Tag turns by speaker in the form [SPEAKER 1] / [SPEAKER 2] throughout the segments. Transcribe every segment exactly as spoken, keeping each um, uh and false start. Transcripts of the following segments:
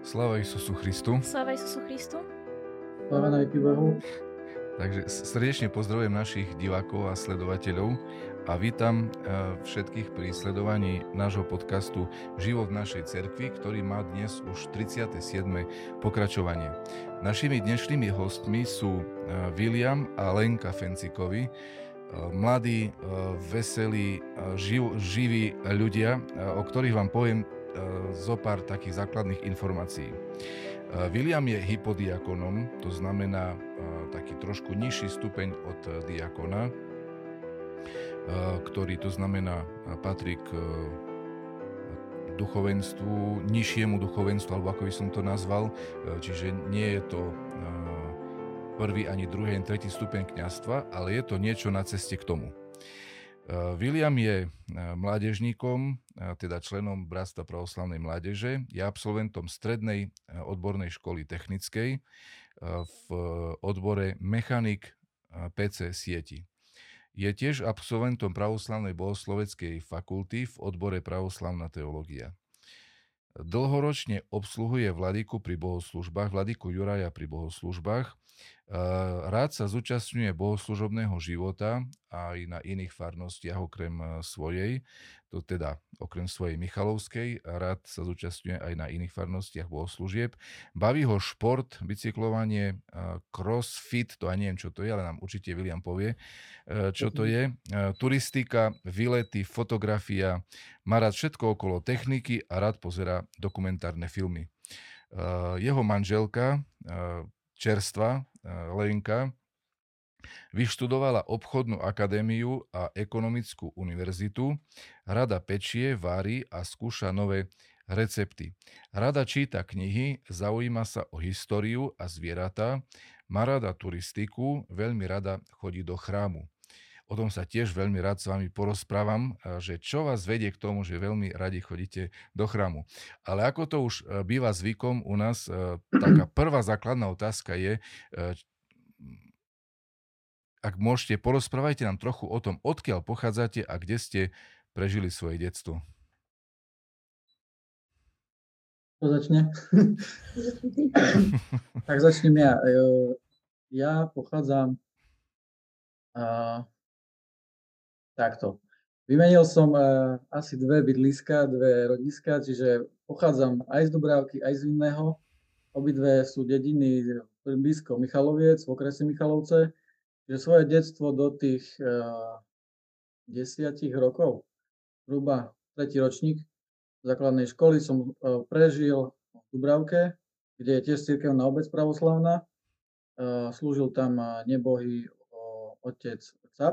[SPEAKER 1] Sláva Isusu Christu.
[SPEAKER 2] Sláva Isusu Christu.
[SPEAKER 3] Sláva na veky Bohu.
[SPEAKER 1] Takže srdečne pozdravujem našich divákov a sledovateľov a vítam všetkých pri sledovaní nášho podcastu Život v našej cerkvi, ktorý má dnes už tridsiate siedme pokračovanie. Našimi dnešnými hostmi sú William a Lenka Fencikovi, mladí, veselí, živ, živí ľudia, o ktorých vám poviem zo pár takých základných informácií. William je hypodiakonom, to znamená taký trošku nižší stupeň od diakona, ktorý to znamená patrí k duchovenstvu, nižšiemu duchovenstvu, alebo ako by som to nazval, čiže nie je to prvý, ani druhý, ani tretí stupeň kňazstva, ale je to niečo na ceste k tomu. William je mládežníkom, teda členom Bratstva pravoslavnej mládeže, je absolventom strednej odbornej školy technickej v odbore mechanik pé cé sieti. Je tiež absolventom pravoslavnej bohosloveckej fakulty v odbore pravoslavná teológia. Dlhoročne obsluhuje vladyku pri bohoslužbách, vladyku Juraja pri bohoslužbách. Rád sa zúčastňuje bohoslužobného života aj na iných farnostiach okrem svojej, to teda okrem svojej Michalovskej, rád sa zúčastňuje aj na iných farnostiach bohoslúžieb. Baví ho šport, bicyklovanie, crossfit, to aj neviem, čo to je, ale nám určite William povie, čo to je. Turistika, výlety, fotografia, má rád všetko okolo techniky a rád pozerá dokumentárne filmy. Jeho manželka, čerstva, Lenka, vyštudovala obchodnú akadémiu a ekonomickú univerzitu, rada pečie, vári a skúša nové recepty. Rada číta knihy, zaujíma sa o históriu a zvieratá, má rada turistiku, veľmi rada chodí do chrámu. O tom sa tiež veľmi rád s vami porozprávam, že čo vás vedie k tomu, že veľmi radi chodíte do chrámu. Ale ako to už býva zvykom u nás, taká prvá základná otázka je, ak môžete, porozprávajte nám trochu o tom, odkiaľ pochádzate a kde ste prežili svoje detstvo.
[SPEAKER 3] To začne? Tak začnem ja. Ja pochádzam a, takto. Vymenil som a, asi dve bydliska, dve rodiska, čiže pochádzam aj z Dubravky, aj z Vinného. Obidve sú dediny blízko Michaloviec, v okrese Michalovce. Že svoje detstvo do tých uh, desiatich rokov, zhruba tretí ročník základnej školy som uh, prežil v Dubravke, kde je tiež cirkevná obec pravoslavná. Uh, slúžil tam uh, nebohý uh, otec Cap.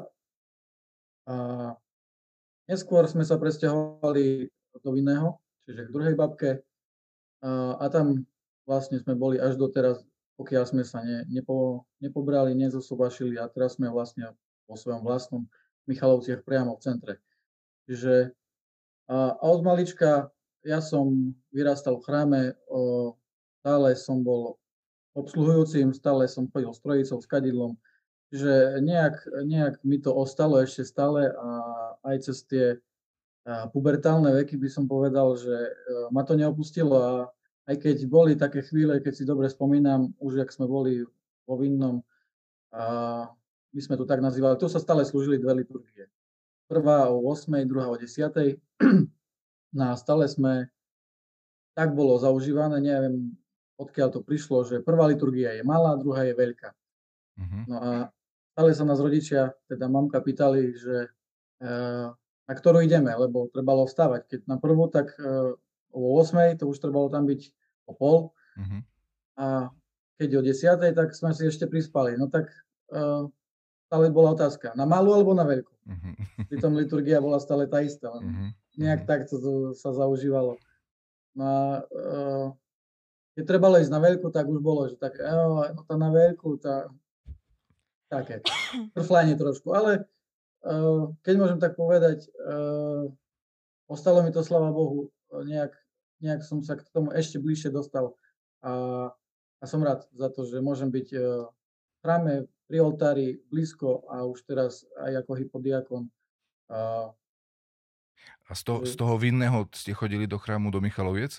[SPEAKER 3] A neskôr sme sa presťahovali do Vinného, čiže k druhej babke. Uh, a tam vlastne sme boli až doteraz, pokiaľ sme sa ne, nepo, nepobrali, nezosobašili a teraz sme vlastne vo svojom vlastnom Michalovciach priamo v centre. Čiže a, a od malička ja som vyrastal v chráme, o, stále som bol obsluhujúcim, stále som chodil s trojicou, s kadidlom, čiže nejak, nejak mi to ostalo ešte stále a aj cez tie a, pubertálne veky by som povedal, že a, ma to neopustilo a aj keď boli také chvíle, keď si dobre spomínam, už jak sme boli vo Vinnom, a my sme to tak nazývali, tu sa stále slúžili dve liturgie. Prvá o ôsmej, druhá o desiatej. No a stále sme, tak bolo zaužívané, neviem odkiaľ to prišlo, že prvá liturgia je malá, druhá je veľká. Uh-huh. No a stále sa nás rodičia, teda mamka, pýtali, že e, na ktorú ideme, lebo trebalo vstávať. Keď na prvú, tak e, o ôsmej, to už trebalo tam byť o pol. Uh-huh. A keď o desiatej, tak sme si ešte prispali. No tak uh, stále bola otázka, na malú alebo na veľkú. Uh-huh. Pritom liturgia bola stále tá istá. Uh-huh. Nejak tak to, to sa zaužívalo. No a uh, keď trebalo ísť na veľkú, tak už bolo, že tak, no tá na veľkú, tá také, trflanie trošku. Ale uh, keď môžem tak povedať, uh, ostalo mi to, sláva Bohu, nejak nejak som sa k tomu ešte bližšie dostal a, a som rád za to, že môžem byť v chráme, pri oltári, blízko a už teraz aj ako hypodiakon. A,
[SPEAKER 1] a z, toho, z toho Vinného ste chodili do chrámu do Michaloviec?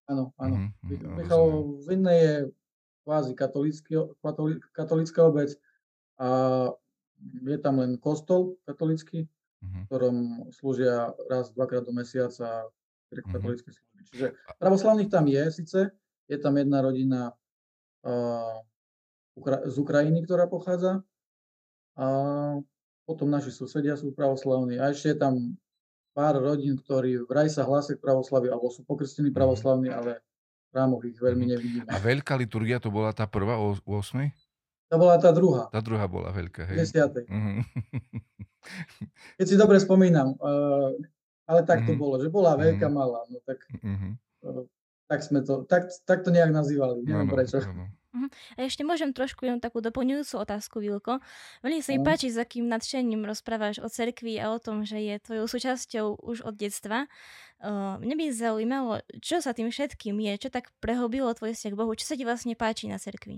[SPEAKER 3] Áno, áno.
[SPEAKER 1] Mhm, mhm,
[SPEAKER 3] Mich
[SPEAKER 1] áno, rozumiem.
[SPEAKER 3] Michalovo Vinné je kvázi katolícky katolí katolícka obec a je tam len kostol katolícky, v
[SPEAKER 1] Mhm,
[SPEAKER 3] ktorom slúžia raz, dvakrát do mesiaca
[SPEAKER 1] mhm.
[SPEAKER 3] gréckokatolícke služby. Čiže
[SPEAKER 1] A
[SPEAKER 3] pravoslavných tam je síce, je tam jedna rodina, a, Ukra z Ukrajiny, ktorá pochádza, a potom naši susedia sú pravoslavní a ešte je tam pár rodín, ktorí vraj sa hlásia k pravoslaviu alebo sú pokrstení
[SPEAKER 1] mhm,
[SPEAKER 3] pravoslavní, ale v chrámoch ich veľmi
[SPEAKER 1] mhm.
[SPEAKER 3] nevidíme.
[SPEAKER 1] A veľká liturgia to bola tá prvá o o ôsmej?
[SPEAKER 3] To bola tá druhá,
[SPEAKER 1] Tá druhá bola veľká,
[SPEAKER 3] o
[SPEAKER 1] hej?
[SPEAKER 3] desiatej.
[SPEAKER 1] Mhm.
[SPEAKER 3] Keď si dobre spomínam, eee, ale tak to
[SPEAKER 1] Mhm,
[SPEAKER 3] bolo, že bola veľká,
[SPEAKER 1] mhm,
[SPEAKER 3] malá, no tak,
[SPEAKER 1] mhm.
[SPEAKER 3] eee, tak sme to tak tak to nejak nazývali, neviem
[SPEAKER 1] Áno,
[SPEAKER 3] prečo.
[SPEAKER 1] áno.
[SPEAKER 2] Mhm. A ešte môžem trošku jednu takú doplňujúcu otázku, Vilko. Veľmi sa mi
[SPEAKER 3] Áno.
[SPEAKER 2] páči, s akým nadšením rozprávaš o cerkvi a o tom, že je tvojou súčasťou už od detstva. Uh, mne by zaujímalo, čo sa tým všetkým je, čo tak prehlbilo tvoj vzťah k Bohu, čo sa ti vlastne páči na cerkvi?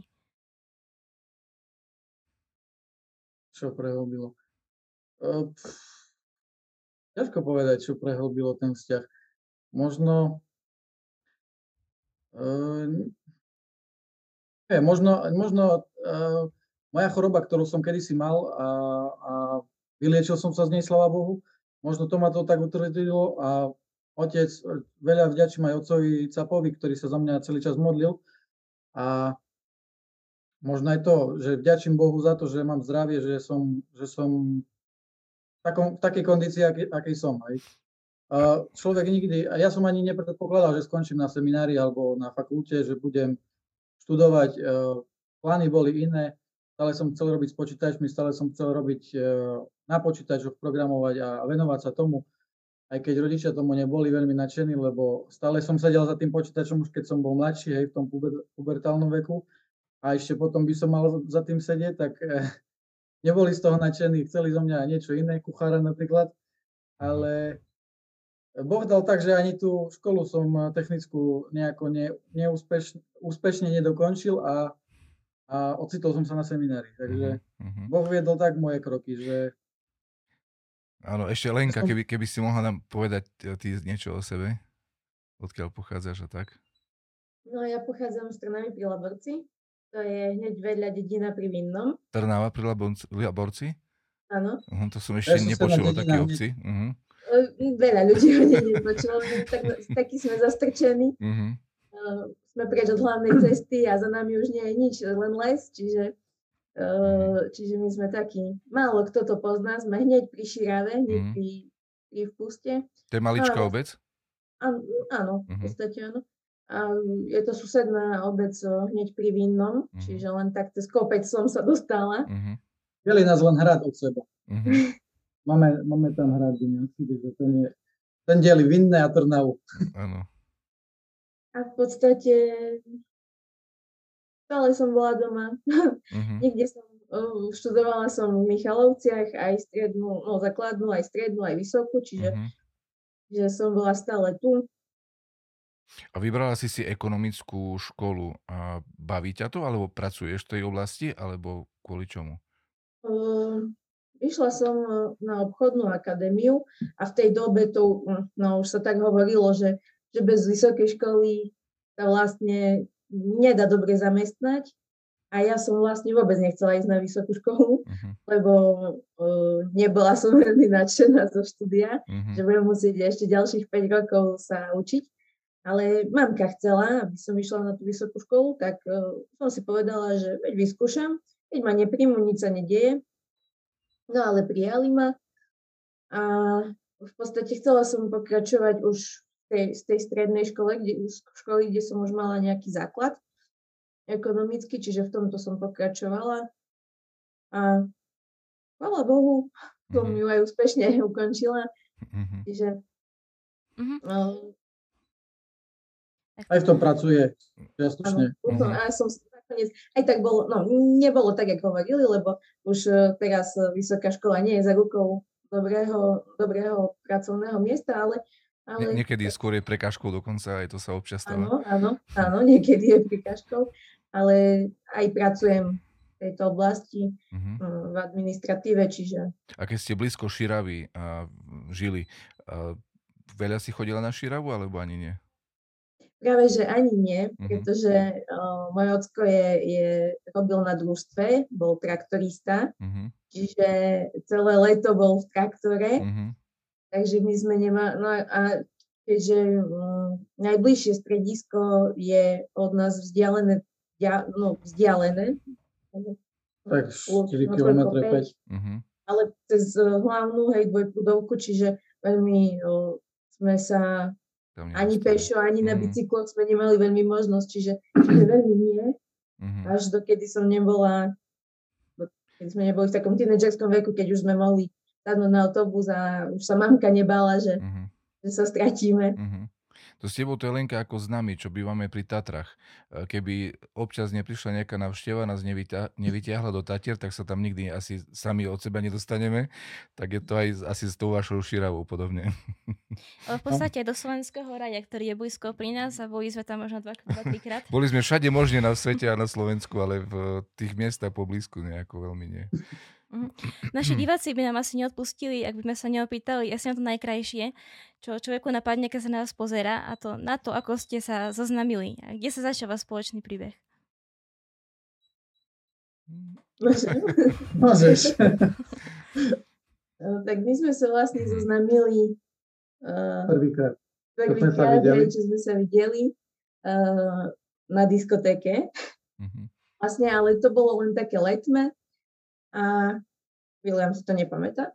[SPEAKER 3] Čo prehlbilo? Eee, ťažko povedať, čo prehlbilo ten vzťah. Možno, eee, neviem, možno možno, eee, moja choroba, ktorú som kedysi mal a a vyliečil som sa z nej, sláva Bohu, možno to ma to tak utvrdilo a otec, e veľa vďačím aj otcovi Capovi, ktorý sa za mňa celý čas modlil a možno aj to, že vďačím Bohu za to, že mám zdravie, že som že som v takom v takej kondícii, akej akej som, hej. A človek nikdy a ja som ani nepredpokladal, že skončím na seminári alebo na fakulte, že budem študovať, eee, plány boli iné, stále som chcel robiť s počítačmi, stále som chcel robiť, eee, na počítačoch, programovať a venovať sa tomu, aj keď rodičia tomu neboli veľmi nadšení, lebo stále som sedel za tým počítačom už keď som bol mladší, hej, v tom puber pubertálnom veku a ešte potom by som mal za tým sedieť, tak, eh, neboli z toho nadšení, chceli zo mňa niečo iné, kuchára napríklad,
[SPEAKER 1] Mhm,
[SPEAKER 3] ale Boh dal tak, že ani tú školu som, eh, technickú nejako ne neúspeš úspešne nedokončil a a ocitol som sa na seminári.
[SPEAKER 1] mhm,
[SPEAKER 3] Takže
[SPEAKER 1] mhm.
[SPEAKER 3] Boh viedol tak moje kroky, že
[SPEAKER 1] Áno, ešte
[SPEAKER 3] že
[SPEAKER 1] Lenka,
[SPEAKER 3] som
[SPEAKER 1] keby keby si mohla nám povedať, e, ty niečo o sebe, odkiaľ pochádzaš a tak?
[SPEAKER 4] No ja pochádzam z Trnavy pri Laborci, to je hneď vedľa dedina pri Vinnom,
[SPEAKER 1] Trnava pri Labonc Laborci?
[SPEAKER 4] áno.
[SPEAKER 1] Mhm, to som
[SPEAKER 3] to je
[SPEAKER 1] ešte
[SPEAKER 3] susedná
[SPEAKER 1] nepočul o
[SPEAKER 3] dedina
[SPEAKER 1] takej
[SPEAKER 3] hneď.
[SPEAKER 1] obci. Mhm,
[SPEAKER 4] E, veľa ľudí ho nie nepočulo, my tak, takí sme zastrčení,
[SPEAKER 1] mhm,
[SPEAKER 4] uh, sme preč od hlavnej cesty a za nami už nie je nič, len les, čiže,
[SPEAKER 1] mhm,
[SPEAKER 4] uh, čiže my sme takí, málo kto to pozná, sme hneď pri Širave, hneď
[SPEAKER 1] mhm.
[SPEAKER 4] pri, pri Vpuste.
[SPEAKER 1] To je
[SPEAKER 4] No a
[SPEAKER 1] maličká
[SPEAKER 4] vlastne,
[SPEAKER 1] obec?
[SPEAKER 4] áno, áno, v
[SPEAKER 1] Mhm,
[SPEAKER 4] podstate áno. A je to susedná obec o, hneď pri Vinnom,
[SPEAKER 1] mhm,
[SPEAKER 4] čiže len tak cez kopec som sa dostala.
[SPEAKER 1] mhm,
[SPEAKER 3] Delí nás len hrad od seba.
[SPEAKER 1] mhm.
[SPEAKER 3] Máme máme tam hrad Viniansky, takže ten je ten delí Vinné a Trnavu.
[SPEAKER 1] Áno.
[SPEAKER 4] A v podstate stále som bola doma.
[SPEAKER 1] Mhm,
[SPEAKER 4] Niekde som, uh, študovala som v Michalovciach aj strednú, no základnú, aj strednú, aj vysokú, čiže,
[SPEAKER 1] mhm.
[SPEAKER 4] že som bola stále tu.
[SPEAKER 1] A vybrala si si ekonomickú školu a baví ťa to, alebo pracuješ v tej oblasti, alebo kvôli čomu?
[SPEAKER 4] Uh, Išla som uh, na obchodnú akadémiu a v tej dobe to, uh, no už sa tak hovorilo, že, že bez vysokej školy sa vlastne nedá dobre zamestnať. A ja som vlastne vôbec nechcela ísť na vysokú školu,
[SPEAKER 1] Mhm,
[SPEAKER 4] lebo uh, nebola som veľmi nadšená zo štúdia,
[SPEAKER 1] mhm,
[SPEAKER 4] že budem musieť ešte ďalších päť rokov sa učiť. Ale mamka chcela, aby som išla na tú vysokú školu, tak uh, som si povedala, že veď vyskúšam, keď ma nepríjmu, nič sa nedieje. No ale prijali ma a v podstate chcela som pokračovať už z tej, z tej strednej škole, kde, školy, kde som už mala nejaký základ ekonomicky, čiže v tomto som pokračovala. A chvála Bohu, som
[SPEAKER 1] mhm,
[SPEAKER 4] ju aj úspešne ukončila.
[SPEAKER 1] mhm.
[SPEAKER 4] Čiže
[SPEAKER 2] Mhm.
[SPEAKER 4] no,
[SPEAKER 2] Tak
[SPEAKER 3] Aj v tom pracuje
[SPEAKER 4] áno,
[SPEAKER 3] čiastočne.
[SPEAKER 4] potom,
[SPEAKER 1] Mhm.
[SPEAKER 4] a som sa nakoniec, aj tak bolo, no nebolo tak, ako hovorili, lebo už eh, teraz eh, vysoká škola nie je za rukou dobrého, dobrého pracovného miesta, ale,
[SPEAKER 1] Nie,
[SPEAKER 4] ale
[SPEAKER 1] niekedy skôr je prekážkou dokonca, aj to sa občas stáva.
[SPEAKER 4] áno, áno, áno, niekedy je prikažkou, ale aj pracujem v tejto oblasti
[SPEAKER 1] Mhm.
[SPEAKER 4] mm, v administratíve, čiže
[SPEAKER 1] A keď ste blízko Širavy a žili, a veľa si chodila na Širavu, alebo ani nie?
[SPEAKER 4] Práve, že ani nie,
[SPEAKER 1] Mhm.
[SPEAKER 4] pretože uh, môj ocko je, je, robil na družstve, bol traktorista,
[SPEAKER 1] Mhm.
[SPEAKER 4] čiže celé leto bol v traktore,
[SPEAKER 1] Mhm.
[SPEAKER 4] takže my sme nemali, no a keďže um, najbližšie stredisko je od nás vzdialené, dia, no vzdialené,
[SPEAKER 3] Tak
[SPEAKER 4] no,
[SPEAKER 3] štyri
[SPEAKER 4] no,
[SPEAKER 3] kilometre
[SPEAKER 4] koľko,
[SPEAKER 3] päť.
[SPEAKER 4] päť,
[SPEAKER 1] Mhm.
[SPEAKER 4] ale cez uh, hlavnú, hej, dvojprúdovku, čiže veľmi uh, sme sa
[SPEAKER 1] Tam
[SPEAKER 4] ani
[SPEAKER 1] nedostali.
[SPEAKER 4] pešo, ani na
[SPEAKER 1] Mhm.
[SPEAKER 4] bicykloch sme nemali veľmi možnosť, čiže, čiže veľmi nie.
[SPEAKER 1] Mhm.
[SPEAKER 4] Až do kedy som nebola, do- keď sme neboli v takom tínedžerskom veku, keď už sme mohli sadnúť na autobus a už sa mamka nebála, že,
[SPEAKER 1] Mhm.
[SPEAKER 4] že sa stratíme.
[SPEAKER 1] Mhm. To s tebou to je Lenka ako s nami, čo bývame pri Tatrach. E, Keby občas neprišla nejaká návšteva, nás nevyťa- nevyťahla do Tatier, tak sa tam nikdy asi sami od seba nedostaneme. Tak je to aj s- asi s tou vašou Širavou podobne.
[SPEAKER 2] Ale v podstate do Slovenského raja, ktorý je blízko pri nás a boli sme tam možno dva, dva trikrát.
[SPEAKER 1] Boli sme všade možne na svete a na Slovensku, ale v tých miestach poblízku nejako veľmi nie.
[SPEAKER 2] Mhm. Naši diváci by nám asi neodpustili, ak by sme sa neopýtali asi na to najkrajšie, čo človeku napadne, keď sa na vás pozerá, a to na to, ako ste sa zoznamili. A kde sa začal váš spoločný príbeh?
[SPEAKER 3] Môžeš.
[SPEAKER 4] No, tak my sme sa vlastne zoznamili uh,
[SPEAKER 3] Prvýkrát.
[SPEAKER 4] prvýkrát,
[SPEAKER 3] videli.
[SPEAKER 4] hej, čo sme sa videli uh, na diskotéke.
[SPEAKER 1] Mhm.
[SPEAKER 4] Vlastne, ale to bolo len také letme a William si to nepamätá.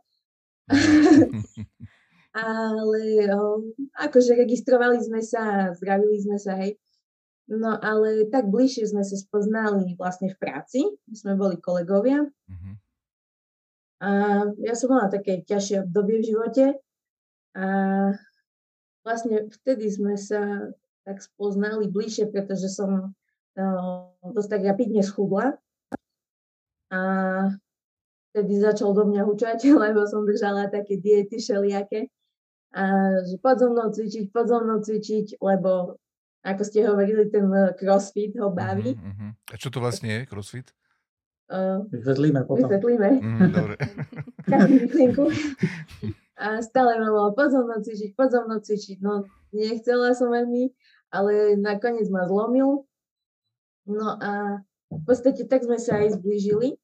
[SPEAKER 4] Ale um, akože registrovali sme sa, zdravili sme sa, hej. No ale tak bližšie sme sa spoznali vlastne v práci. My sme boli kolegovia.
[SPEAKER 1] Mhm.
[SPEAKER 4] A ja som mala také ťažšie obdobie v živote. A vlastne vtedy sme sa tak spoznali bližšie, pretože som uh, dosť tak rapidne schudla. A vtedy začal do mňa hučať, lebo som držala také diety všelijaké. A že poď so mnou cvičiť, poď so mnou cvičiť, lebo ako ste hovorili, ten crossfit ho baví.
[SPEAKER 1] Mhm, mhm. A čo to vlastne je, crossfit?
[SPEAKER 4] Uh,
[SPEAKER 3] Vysvetlíme potom.
[SPEAKER 4] vysvetlíme.
[SPEAKER 1] Mhm, dobre.
[SPEAKER 4] Každý chvíľku. A stále ma malo poď so mnou cvičiť, poď so mnou cvičiť. No nechcela som veľmi, ale nakoniec ma zlomil. No a v podstate tak sme sa aj zblížili.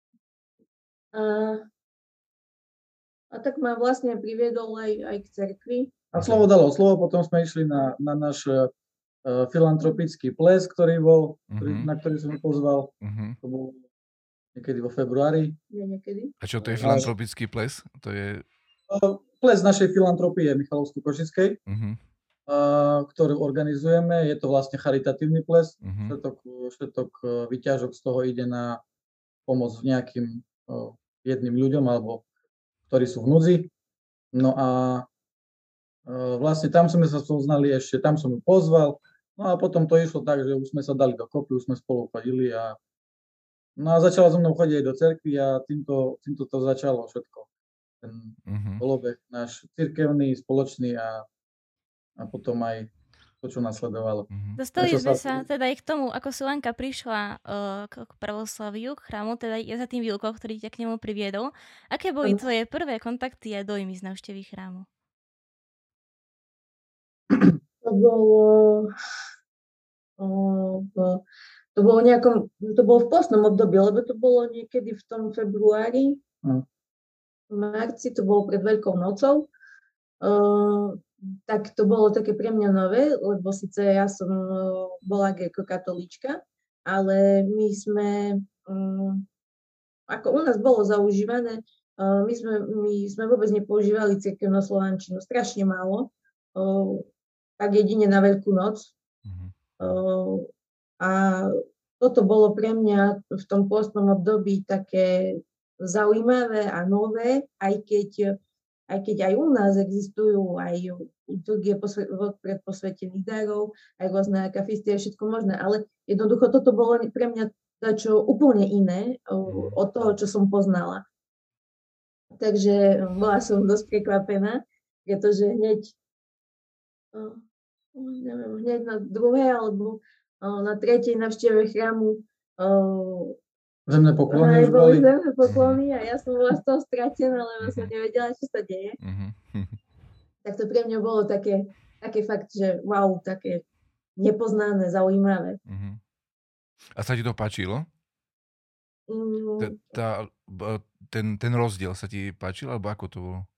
[SPEAKER 4] A, a tak ma vlastne priviedol aj, aj k cerkvi.
[SPEAKER 3] A slovo dalo slovo, potom sme išli na, na náš uh, filantropický ples, ktorý bol, ktorý,
[SPEAKER 1] Mhm.
[SPEAKER 3] na ktorý som ho pozval.
[SPEAKER 1] Mhm.
[SPEAKER 3] To bol niekedy vo februári.
[SPEAKER 4] Nie niekedy.
[SPEAKER 1] A čo to je filantropický ples? To je...
[SPEAKER 3] Uh, Ples našej filantropie Michalovsko-Košickej,
[SPEAKER 1] Mhm.
[SPEAKER 3] uh, ktorú organizujeme. Je to vlastne charitatívny ples.
[SPEAKER 1] Mhm.
[SPEAKER 3] Všetok, všetok uh, výťažok z toho ide na pomoc nejakým uh, jedným ľuďom, alebo ktorí sú v núdzi. No a uh, vlastne tam sme sa spoznali ešte, tam som ju pozval. No a potom to išlo tak, že už sme sa dali dokopy, už sme spolu chodili a no a začala so mnou chodiť aj do cerkvy a týmto, týmto to začalo všetko. Ten
[SPEAKER 1] Mhm.
[SPEAKER 3] kolobeh náš cirkevný, spoločný a, a potom aj to, čo nasledovalo.
[SPEAKER 1] Mhm.
[SPEAKER 2] Dostali
[SPEAKER 3] Prečo
[SPEAKER 2] sme
[SPEAKER 3] sa-
[SPEAKER 2] sa teda aj k tomu, ako Silenka prišla uh, k k pravoslaviu, k chrámu, teda je za tým Vilko, ktorý ťa k nemu priviedol. Aké boli
[SPEAKER 4] Áno.
[SPEAKER 2] tvoje prvé kontakty a dojmy z návštevy chrámu?
[SPEAKER 4] To bolo, uh, v- to bolo nejakom, to bolo v postnom období, lebo to bolo niekedy v tom februári,
[SPEAKER 3] Hm.
[SPEAKER 4] v marci, to bolo pred Veľkou nocou. Uh, tak to bolo také pre mňa nové, lebo síce ja som uh, bola gréko-katolíčka, ale my sme, um, ako u nás bolo zaužívané, uh, my, sme, my sme vôbec nepoužívali cirkevnú slovančinu, strašne málo, uh, tak jedine na Veľkú noc.
[SPEAKER 1] Mhm.
[SPEAKER 4] Uh, a toto bolo pre mňa v tom postnom období také zaujímavé a nové, aj keď, aj keď aj u nás existujú aj liturgie posve- pred posvetených darov, aj rôzne akafisty a všetko možné, ale jednoducho toto bolo pre mňa dačo úplne iné uh, od toho, čo som poznala. Takže bola som dosť prekvapená, pretože hneď uh, neviem, hneď na druhej alebo uh, na tretej návšteve chrámu uh,
[SPEAKER 3] Zemné poklony
[SPEAKER 4] aj
[SPEAKER 3] už
[SPEAKER 4] boli
[SPEAKER 3] boli.
[SPEAKER 4] zemné poklony a ja som bola z toho stratená, lebo som nevedela, čo sa deje.
[SPEAKER 1] Mhm.
[SPEAKER 4] Tak to pre mňa bolo také, také fakt, že wow, také nepoznané, zaujímavé.
[SPEAKER 1] Uh-huh. A sa ti to páčilo?
[SPEAKER 4] Mm,
[SPEAKER 1] Tá, ten, ten rozdiel sa ti páčil, alebo ako to bolo?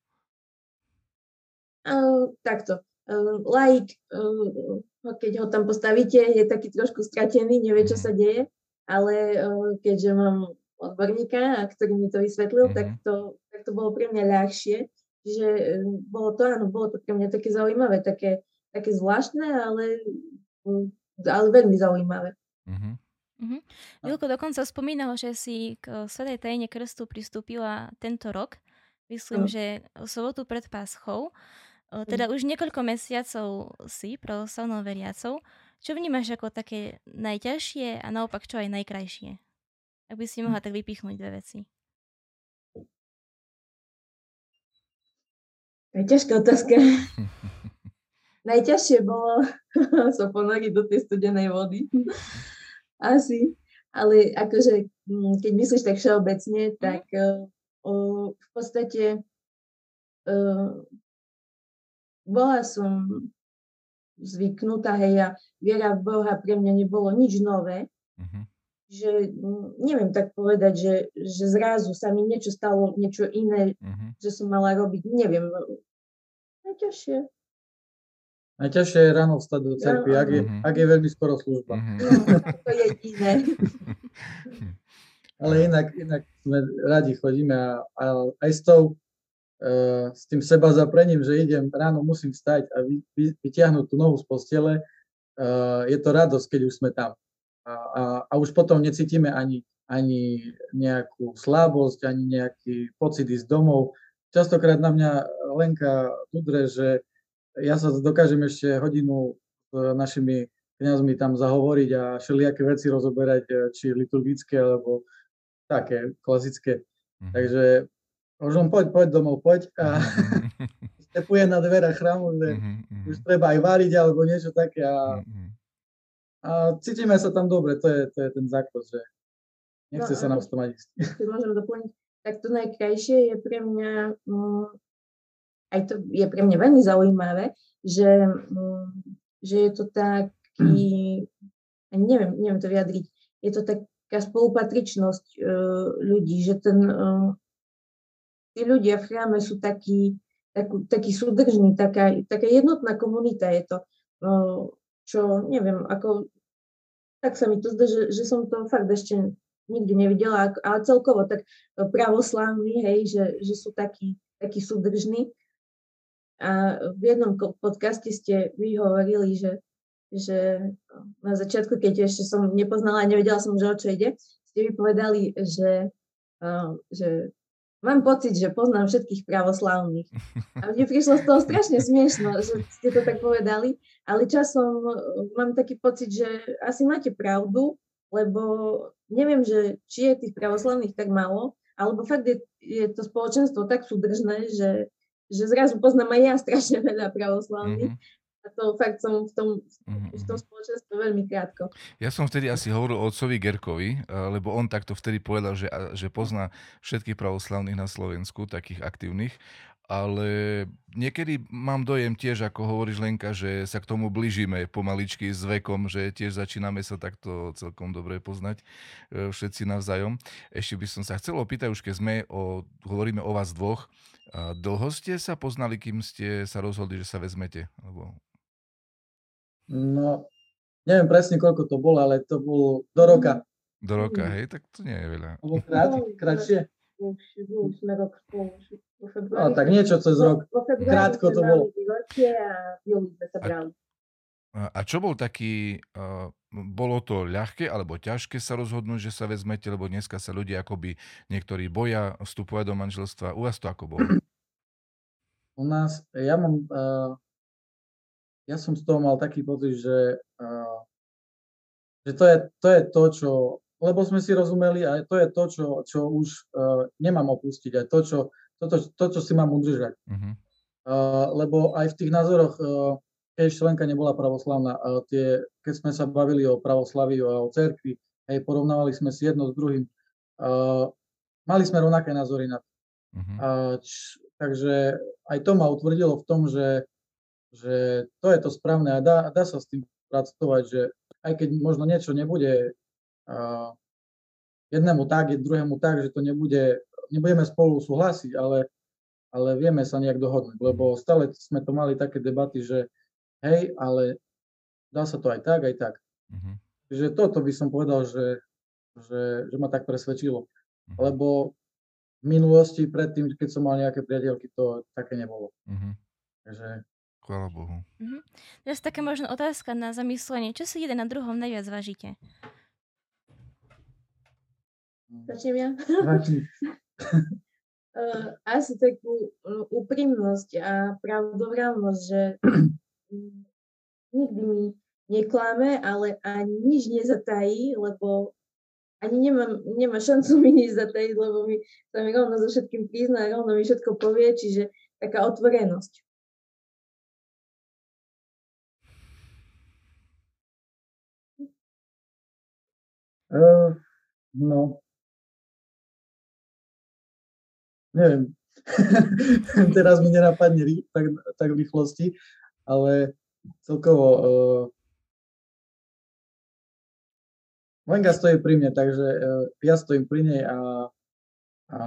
[SPEAKER 4] Uh, takto. Uh, laik, uh, keď ho tam postavíte, je taký trošku stratený, nevie, čo sa deje, ale uh, keďže mám odborníka, ktorý mi to vysvetlil,
[SPEAKER 1] Mm-hmm.
[SPEAKER 4] tak, to, tak to bolo pre mňa ľahšie. Čiže uh, bolo to, áno, bolo to pre mňa také zaujímavé, také, také zvláštne, ale, uh, ale veľmi zaujímavé.
[SPEAKER 1] Mm-hmm.
[SPEAKER 2] Mhm. Vilko dokonca spomínal, že si k Svätej tajine krstu pristúpila tento rok. Myslím,
[SPEAKER 4] Áno.
[SPEAKER 2] že v sobotu pred Páschou. O, Teda už niekoľko mesiacov si pravoslavnou veriacou. Čo vnímaš ako také najťažšie a naopak čo aj najkrajšie? Ak by si mohla tak vypichnúť dve veci.
[SPEAKER 4] To je ťažká otázka. Najťažšie bolo sa ponoriť do tej studenej vody. Asi. Ale akože, mm, keď myslíš tak všeobecne, tak uh, uh, v podstate uh, bola som zvyknutá, hej, a viera v Boha pre mňa nebolo nič nové.
[SPEAKER 1] Mm-hmm.
[SPEAKER 4] Že mm, neviem tak povedať, že, že zrazu sa mi niečo stalo, niečo iné,
[SPEAKER 1] Mm-hmm.
[SPEAKER 4] že som mala robiť. Neviem. Najťažšie.
[SPEAKER 3] Najťažšie je ráno vstať do cerkvy, ak je,
[SPEAKER 1] Mhm.
[SPEAKER 3] ak je veľmi skoro služba.
[SPEAKER 1] Mm-hmm.
[SPEAKER 4] No, to je iné.
[SPEAKER 3] Ale inak, inak sme radi chodíme a, a aj s tou, uh, s tým seba zaprením, že idem, ráno musím vstať a vy, vy, vytiahnuť tú nohu z postele, uh, je to radosť, keď už sme tam. A, a, a už potom necítime ani, ani nejakú slabosť, ani nejaký pocit ísť domov. Častokrát na mňa Lenka udre, že ja sa dokážem ešte hodinu s našimi kňazmi tam zahovoriť a všelijaké veci rozoberať, či liturgické, alebo také klasické.
[SPEAKER 1] Mm-hmm.
[SPEAKER 3] Takže možno poď, poď domov, poď a stepuje na dverách chrámu, že
[SPEAKER 1] Mm-hmm.
[SPEAKER 3] už treba aj váriť alebo niečo také a,
[SPEAKER 1] Mm-hmm.
[SPEAKER 3] a cítime sa tam dobre, to je, to je ten základ, že nechce
[SPEAKER 4] No,
[SPEAKER 3] sa nám stomať ísť.
[SPEAKER 4] Keď môžem doplniť, tak to najkrajšie je pre mňa, um, aj to je pre mňa veľmi zaujímavé, že, um, že je to taký, neviem, neviem to vyjadriť, je to taká spolupatričnosť uh, ľudí, že ten, uh, tí ľudia v chráme sú takí, takú, takí súdržní, taká, taká jednotná komunita je to, uh, čo neviem, ako, tak sa mi to zdá, že, že som to fakt ešte nikdy nevidela, ale celkovo tak pravoslávni, hej, že, že sú takí, takí súdržní. A v jednom podcaste ste vy hovorili, že, že na začiatku, keď ešte som nepoznala a nevedela som, že o čo ide, ste vy povedali, že, uh, že mám pocit, že poznám všetkých pravoslávnych. A mne prišlo z toho strašne smiešno, že ste to tak povedali, ale časom mám taký pocit, že asi máte pravdu, lebo neviem, že či je tých pravoslavných tak málo, alebo fakt je, je to spoločenstvo tak súdržné, že, že zrazu poznám aj ja strašne veľa pravoslavných. Mm-hmm. A to fakt som v tom, v tom spoločenstve veľmi krátko.
[SPEAKER 1] Ja som vtedy asi hovoril o otcovi Gerkovi, lebo on takto vtedy povedal, že, že pozná všetkých pravoslavných na Slovensku, takých aktívnych, ale niekedy mám dojem tiež, ako hovoríš Lenka, že sa k tomu blížime pomaličky s vekom, že tiež začíname sa takto celkom dobre poznať všetci navzájom. Ešte by som sa chcel opýtať, už keď sme o, hovoríme o vás dvoch, dlho ste sa poznali, kým ste sa rozhodli, že sa vezmete? Lebo...
[SPEAKER 3] No, neviem presne, koľko to bolo, ale to bolo do roka.
[SPEAKER 1] Do roka, hej? Tak to nie je veľa.
[SPEAKER 3] Alebo krát, krátšie?
[SPEAKER 4] Už, už sme rok spolu.
[SPEAKER 3] No, tak niečo cez rok. Krátko to bolo.
[SPEAKER 1] A, a čo bol taký, uh, bolo to ľahké alebo ťažké sa rozhodnúť, že sa vezmete, lebo dneska sa ľudia akoby niektorí boja vstupovať do manželstva. U vás to ako bolo?
[SPEAKER 3] U nás, ja mám, uh, ja som z toho mal taký pocit, že, uh, že to, je, to je to, čo, lebo sme si rozumeli a to je to, čo, čo už uh, nemám opustiť, aj to, čo, to, to, to, čo si mám udržať. Uh-huh. Uh, lebo aj v tých názoroch, uh, keď ešte Lenka nebola pravoslavná, uh, tie, keď sme sa bavili o pravoslaviu a o cerkvi, hej, porovnávali sme si jedno s druhým, uh, mali sme rovnaké názory na to. Uh-huh. Uh, č, takže aj to ma utvrdilo v tom, že, že to je to správne a dá, dá sa s tým pracovať, že aj keď možno niečo nebude uh, jednému tak, druhému tak, že to nebude, nebudeme spolu súhlasiť, ale, ale vieme sa nejak dohodnúť, lebo stále sme to mali také debaty, že hej, ale dá sa to aj tak, aj tak.
[SPEAKER 1] Mhm.
[SPEAKER 3] Čiže toto by som povedal, že, že, že ma tak presvedčilo.
[SPEAKER 1] Mhm.
[SPEAKER 3] Lebo v minulosti, predtým, keď som mal nejaké priateľky, to také nebolo.
[SPEAKER 1] Mhm.
[SPEAKER 3] Takže
[SPEAKER 1] Chvála Bohu.
[SPEAKER 2] Mhm. Teraz taká možno otázka na zamyslenie. Čo si jeden na druhom najviac vážite?
[SPEAKER 4] Začnem ja?
[SPEAKER 3] Začni.
[SPEAKER 4] Uh, asi takú uh, úprimnosť a pravdovravnosť, že mm, nikdy mi neklame, ale ani nič nezatají, lebo ani nemám, nemá šancu mi nič zatajiť, lebo mi sa mi rovno so všetkým prizná, rovno mi všetko povie, čiže taká otvorenosť.
[SPEAKER 3] Uh, no, neviem. Teraz mi nenapadne rý- tak, tak v rýchlosti, ale celkovo uh, Lenka stojí pri mne, takže uh, ja stojím pri nej a, a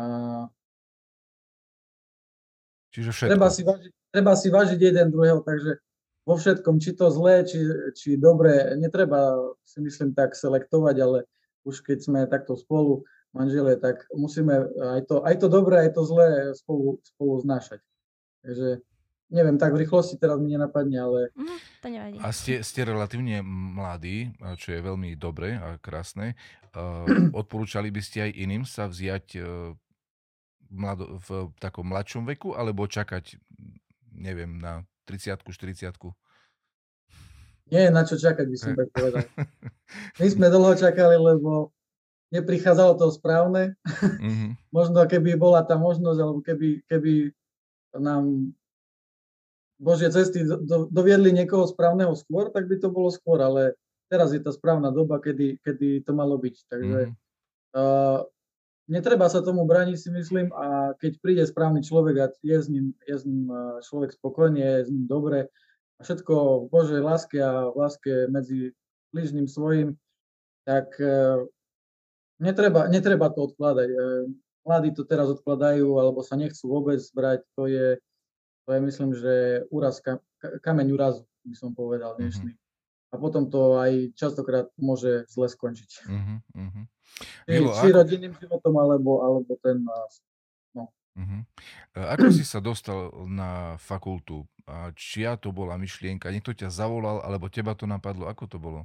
[SPEAKER 1] Čiže všetko.
[SPEAKER 3] treba si, vážiť, treba si vážiť jeden druhého, takže vo všetkom, či to zlé, či, či dobré, netreba si myslím tak selektovať, ale už keď sme takto spolu, manželie, tak musíme aj to, aj to dobré, aj to zlé spolu, spolu znášať. Takže neviem, tak v rýchlosti teraz mi nenapadne, ale...
[SPEAKER 2] Mhm, to nevadí.
[SPEAKER 1] A ste, ste relatívne mladí, čo je veľmi dobré a krásne. Uh, odporúčali by ste aj iným sa vziať uh, mlado, v takom mladšom veku, alebo čakať, neviem, na tridsiatku, štyridsiatku?
[SPEAKER 3] Nie je na čo čakať, by som tak povedal. My sme dlho čakali, lebo neprichádzalo to správne.
[SPEAKER 1] Mm-hmm.
[SPEAKER 3] Možno keby bola tá možnosť, alebo keby, keby nám Božie cesty do, do, doviedli niekoho správneho skôr, tak by to bolo skôr, ale teraz je tá správna doba, kedy, kedy to malo byť. Takže mm-hmm. uh, netreba sa tomu brániť, si myslím, a keď príde správny človek a je s ním, je s ním človek spokojný, je s ním dobre a všetko v Božej láske a v láske medzi blížnym svojim, tak uh, netreba, netreba to odkladať. Uh, mladí to teraz odkladajú, alebo sa nechcú vôbec brať, to je To je, myslím, že úraz, kameň úrazu, by som povedal dnešný. Uh-huh. A potom to aj častokrát môže zle skončiť. Uh-huh, uh-huh. Či, Milo, či ako... rodinným životom, alebo, alebo ten... No.
[SPEAKER 1] Uh-huh. Ako si sa dostal na fakultu? A čia to bola myšlienka? Niekto ťa zavolal, alebo teba to napadlo? Ako to bolo?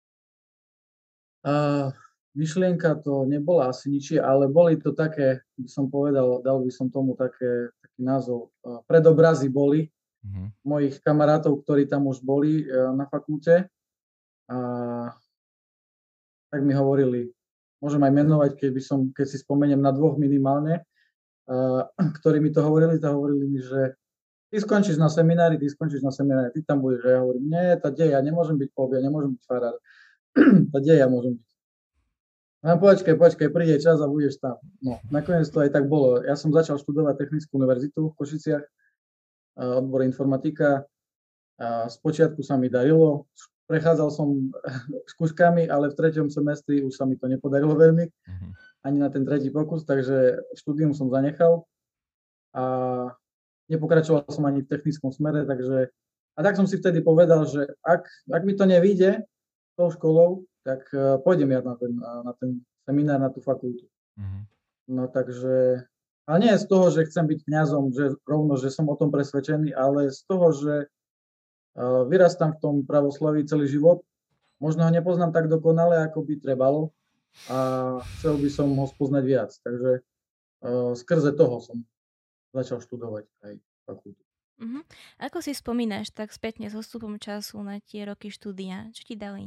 [SPEAKER 3] Uh, myšlienka to nebola asi ničie, ale boli to také, by som povedal, dal by som tomu také názov. Predobrazy boli uh-huh. mojich kamarátov, ktorí tam už boli na fakulte. A tak mi hovorili, môžem aj menovať, keď, by som, keď si spomeniem na dvoch minimálne, a, ktorí mi to hovorili, to hovorili mi, že ty skončíš na seminári, ty skončíš na seminári, ty tam budeš. A ja hovorím, nie, tá deja, ja nemôžem byť pob, ja nemôžem byť farár. Tá deja môžem byť. No počkaj, počkaj, príde čas a budeš tam. No, nakoniec to aj tak bolo. Ja som začal študovať Technickú univerzitu v Košiciach, odbor informatika. A spočiatku sa mi darilo, prechádzal som skúškami, ale v treťom semestri už sa mi to nepodarilo veľmi, ani na ten tretí pokus, takže štúdium som zanechal a nepokračoval som ani v technickom smere, takže a tak som si vtedy povedal, že ak, ak mi to nevyjde tou školou, tak uh, pôjdem ja na ten, na ten seminár, na tú fakultu. Uh-huh. No takže, ale nie z toho, že chcem byť kňazom, že rovno, že som o tom presvedčený, ale z toho, že uh, vyrastám v tom pravoslaví celý život, možno ho nepoznám tak dokonale, ako by trebalo a chcel by som ho spoznať viac. Takže uh, skrze toho som začal študovať aj fakultu.
[SPEAKER 2] Uh-huh. Ako si spomínaš tak spätne s odstupom času na tie roky štúdia? Čo ti dali?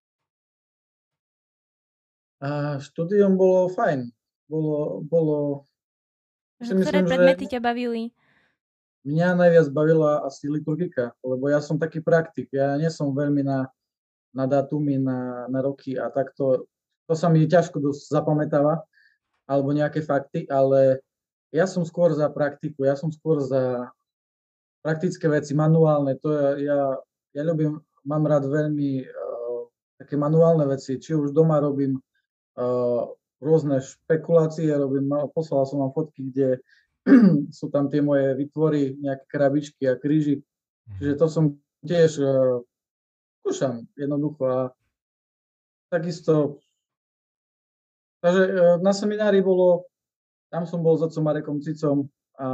[SPEAKER 3] A štúdium bolo fajn. Bolo, bolo...
[SPEAKER 2] Že ktoré myslím, predmety ťa bavili?
[SPEAKER 3] Mňa najviac bavila asi liturgika, lebo ja som taký praktik. Ja nie som veľmi na, na dátumy, na, na roky a takto. To sa mi ťažko dosť zapamätáva, alebo nejaké fakty, ale ja som skôr za praktiku. Ja som skôr za praktické veci, manuálne. To ja, ja, ja ľubím mám rád veľmi uh, také manuálne veci, či už doma robím uh, rôzne špekulácie, robím, poslal som vám fotky, kde sú tam tie moje vytvory, nejaké krabičky a kríži, čiže to som tiež uh, skúšam jednoducho a takisto, takže uh, na seminári bolo, tam som bol s otcom Marekom Cicom a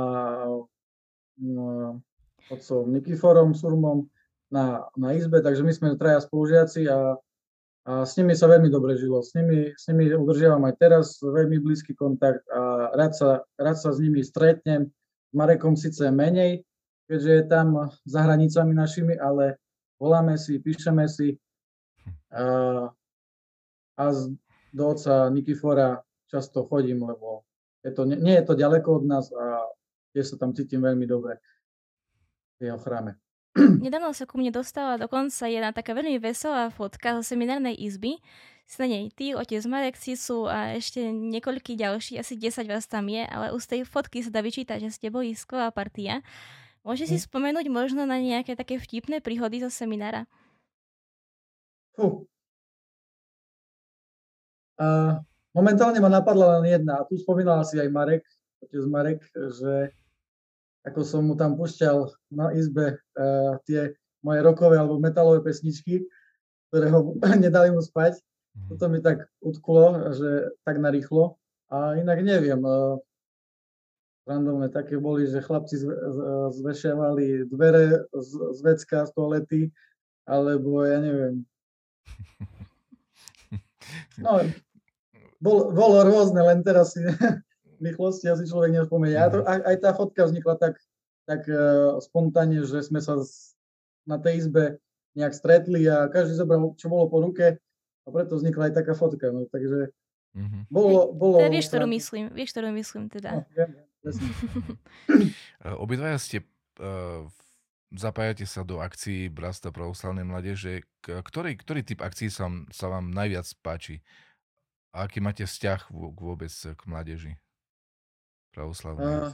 [SPEAKER 3] uh, otcom Nikiforom Surmom na, na izbe, takže my sme traja spolužiaci a, a s nimi sa veľmi dobre žilo. S nimi, s nimi udržiavam aj teraz veľmi blízky kontakt a rád sa, rád sa s nimi stretnem. S Marekom síce menej, keďže je tam za hranicami našimi, ale voláme si, píšeme si a, a z, do otca Nikifora často chodím, lebo je to, nie, nie je to ďaleko od nás a tiež sa tam cítim veľmi dobre v jeho chráme.
[SPEAKER 2] Nedávno sa ku mne dostala dokonca jedna taká veľmi veselá fotka zo seminárnej izby. S na nej ty, otec Marek Cicu a ešte niekoľkí ďalší, asi desať vás tam je, ale už z tej fotky sa dá vyčítať, že ste boli skvelá partia. Môže si spomenúť možno na nejaké také vtipné príhody zo seminára?
[SPEAKER 3] Fú. Uh, momentálne ma napadla len jedna a tu spomínal si aj Marek, otec Marek, že ako som mu tam púšťal na izbe uh, tie moje rockové alebo metalové pesničky, ktoré ho nedali mu spať. Toto mi tak utkulo, že tak narýchlo. A inak neviem, uh, randovné také boli, že chlapci zve, zvešiavali dvere z, z vecka, z toalety, alebo ja neviem. No, bol, bolo rôzne, len teraz si rýchlosti asi človek nevspomenie. Mm. Aj, aj tá fotka vznikla tak, tak uh, spontánne, že sme sa z, na tej izbe nejak stretli a každý zobral, čo bolo po ruke a preto vznikla aj taká fotka. No, takže mm-hmm. bolo... bolo
[SPEAKER 2] teda vieš, ktorú myslím. Vieš, ktorú myslím teda. No, viem,
[SPEAKER 1] Obidvaja ste, uh, zapájate sa do akcií Bratstva pravoslavnej mládeže. Ktorý, ktorý typ akcií sa, sa vám najviac páči? A aký máte vzťah vôbec k mládeži?
[SPEAKER 3] Uh,